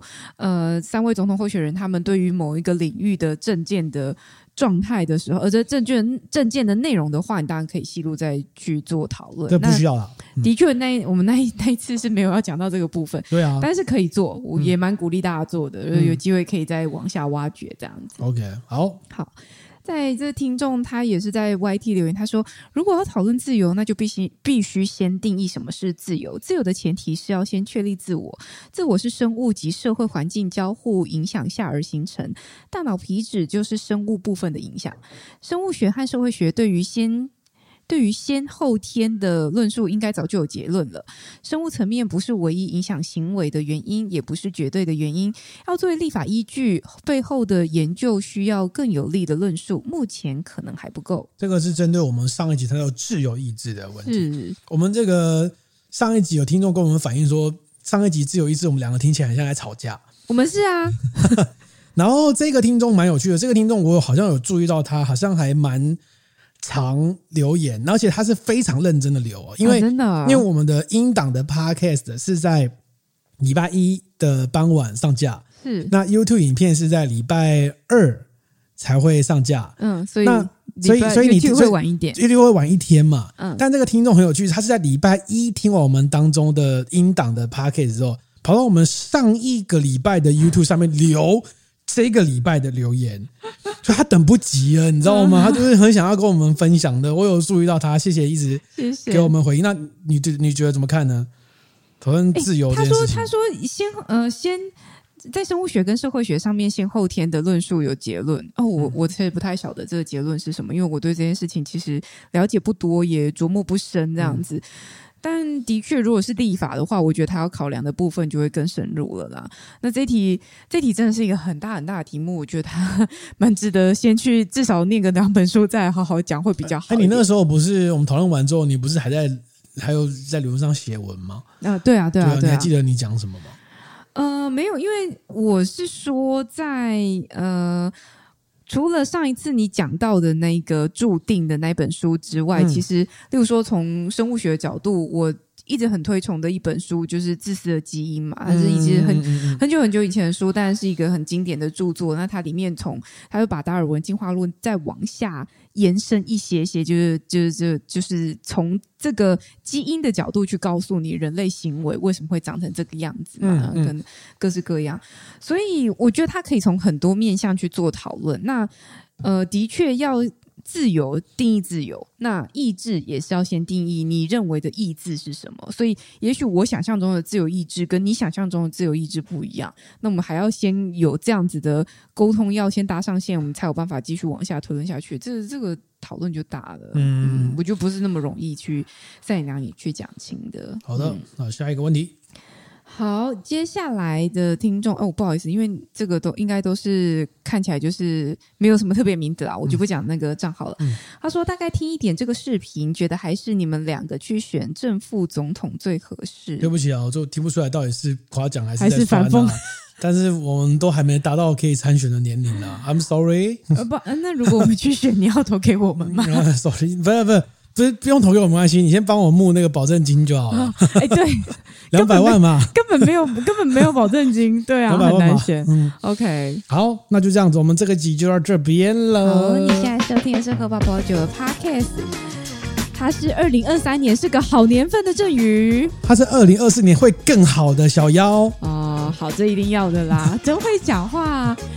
，3位总统候选人他们对于某一个领域的政见的状态的时候，而这政见的内容的话，你当然可以细入再去做讨论。 这不需要啦。 的确，我们那一次是没有要讲到这个部分， 对啊， 但是可以做，我也蛮鼓励大家做的，有机会可以再往下挖掘这样子。 OK， 好。 在这听众他也是在 YT 留言，他说如果要讨论自由，那就必须先定义什么是自由。自由的前提是要先确立自我，自我是生物及社会环境交互影响下而形成，大脑皮质就是生物部分的影响。生物学和社会学对于先后天的论述应该早就有结论了。生物层面不是唯一影响行为的原因，也不是绝对的原因。要作为立法依据，背后的研究需要更有力的论述，目前可能还不够。 这个是针对我们上一集谈到自由意志的问题。 是我们这个上一集有听众跟我们反映说，上一集自由意志我们两个听起来很像在吵架。 我们是啊。 然后这个听众蛮有趣的，这个听众我好像有注意到他好像还蛮常留言，而且他是非常认真的留因为、 真的， 因为我们的音档的 podcast 是在礼拜一的傍晚上架， 是那 YouTube 影片是在礼拜2才会上架， 所以你 YouTube 会晚一点 ，YouTube 会晚一天嘛，但这个听众很有趣，他是在礼拜一听完我们当中的音档的 podcast 之后，跑到我们上一个礼拜的 YouTube 上面留这个礼拜的留言，就他等不及了，你知道吗？他就是很想要跟我们分享的。我有注意到他，谢谢一直给我们回应。那你觉得怎么看呢？讨论自由这件事情， 他说先在生物学跟社会学上面先后天的论述有结论我其实不太晓得这个结论是什么，因为我对这件事情其实了解不多，也琢磨不深这样子。但的确，如果是立法的话，我觉得他要考量的部分就会更深入了啦。那这题真的是一个很大很大的题目，我觉得他蛮值得先去至少念个2本书，再好好讲会比较好。 你那个时候不是我们讨论完之后，你不是还有在留言上写文吗？ 对啊， 你还记得你讲什么吗？ 没有，因为我是说在除了上一次你讲到的那个注定的那本书之外，其实例如说从生物学的角度，我一直很推崇的一本书就是《自私的基因》嘛，它是一直很久很久以前的书，但是一个很经典的著作。那它里面它就把达尔文进化论再往下延伸一些，就是从这个基因的角度去告诉你人类行为为什么会长成这个样子嘛，跟各式各样。所以我觉得它可以从很多面向去做讨论。那的确要自由定义自由，那意志也是要先定义你认为的意志是什么。所以也许我想象中的自由意志跟你想象中的自由意志不一样，那我们还要先有这样子的沟通，要先搭上线，我们才有办法继续往下推论下去。这个讨论就大了，我觉得不是那么容易去三言两语去讲清的。 好的，那下一个问题。 好，接下来的听众不好意思，因为这个应该都是看起来就是没有什么特别名字啦，我就不讲那个账号了。他说大概听一点这个视频，觉得还是你们2个去选正副总统最合适。 对不起啊，我就听不出来到底是夸奖还是反讽。 但是我们都还没达到可以参选的年龄啦 I'm sorry 那如果我们去选，你要投给我们吗 ？Sorry， 不用投给我没关系，你先帮我募那个保证金就好了。 对 ，200万嘛， 根本没有保证金，对啊，很难选。OK， 好，那就这样子，我们这个集就到这边了。 好，你现在收听的是和宝宝酒的 Podcast， 它是2023年是个好年份的正宇， 它是2024年会更好的小妖。 好，这一定要的啦，真会讲话。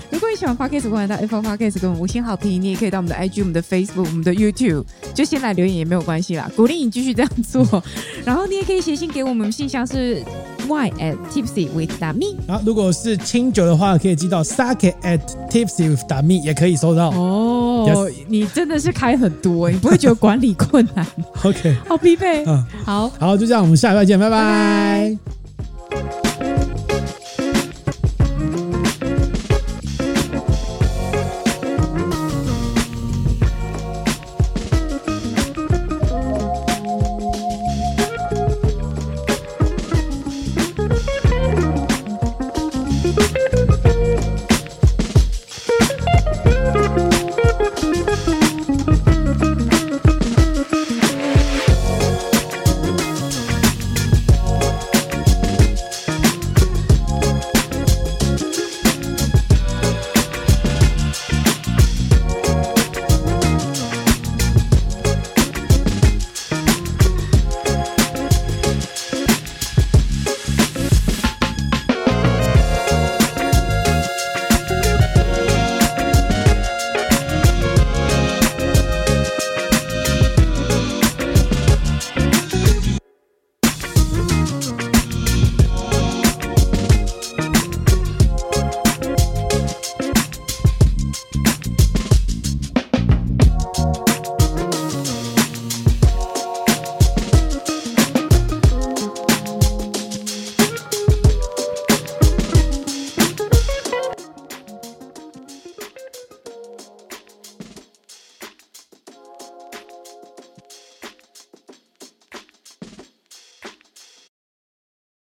如果你喜欢 Podcast， 欢迎到 Apple Podcast 给我们5星好评。你也可以到我们的 IG、我们的 Facebook、我们的 YouTube， 就先来留言也没有关系啦，鼓励你继续这样做。然后你也可以写信给我们，信箱是 y@tipsywith.me。 然后如果是清酒的话，可以寄到 sake@tipsywith.me 也可以收到。 哦、 Yes 你真的是开很多，你不会觉得管理困难？ OK， 好疲惫。好， 好，就这样，我们下礼拜见，拜拜拜。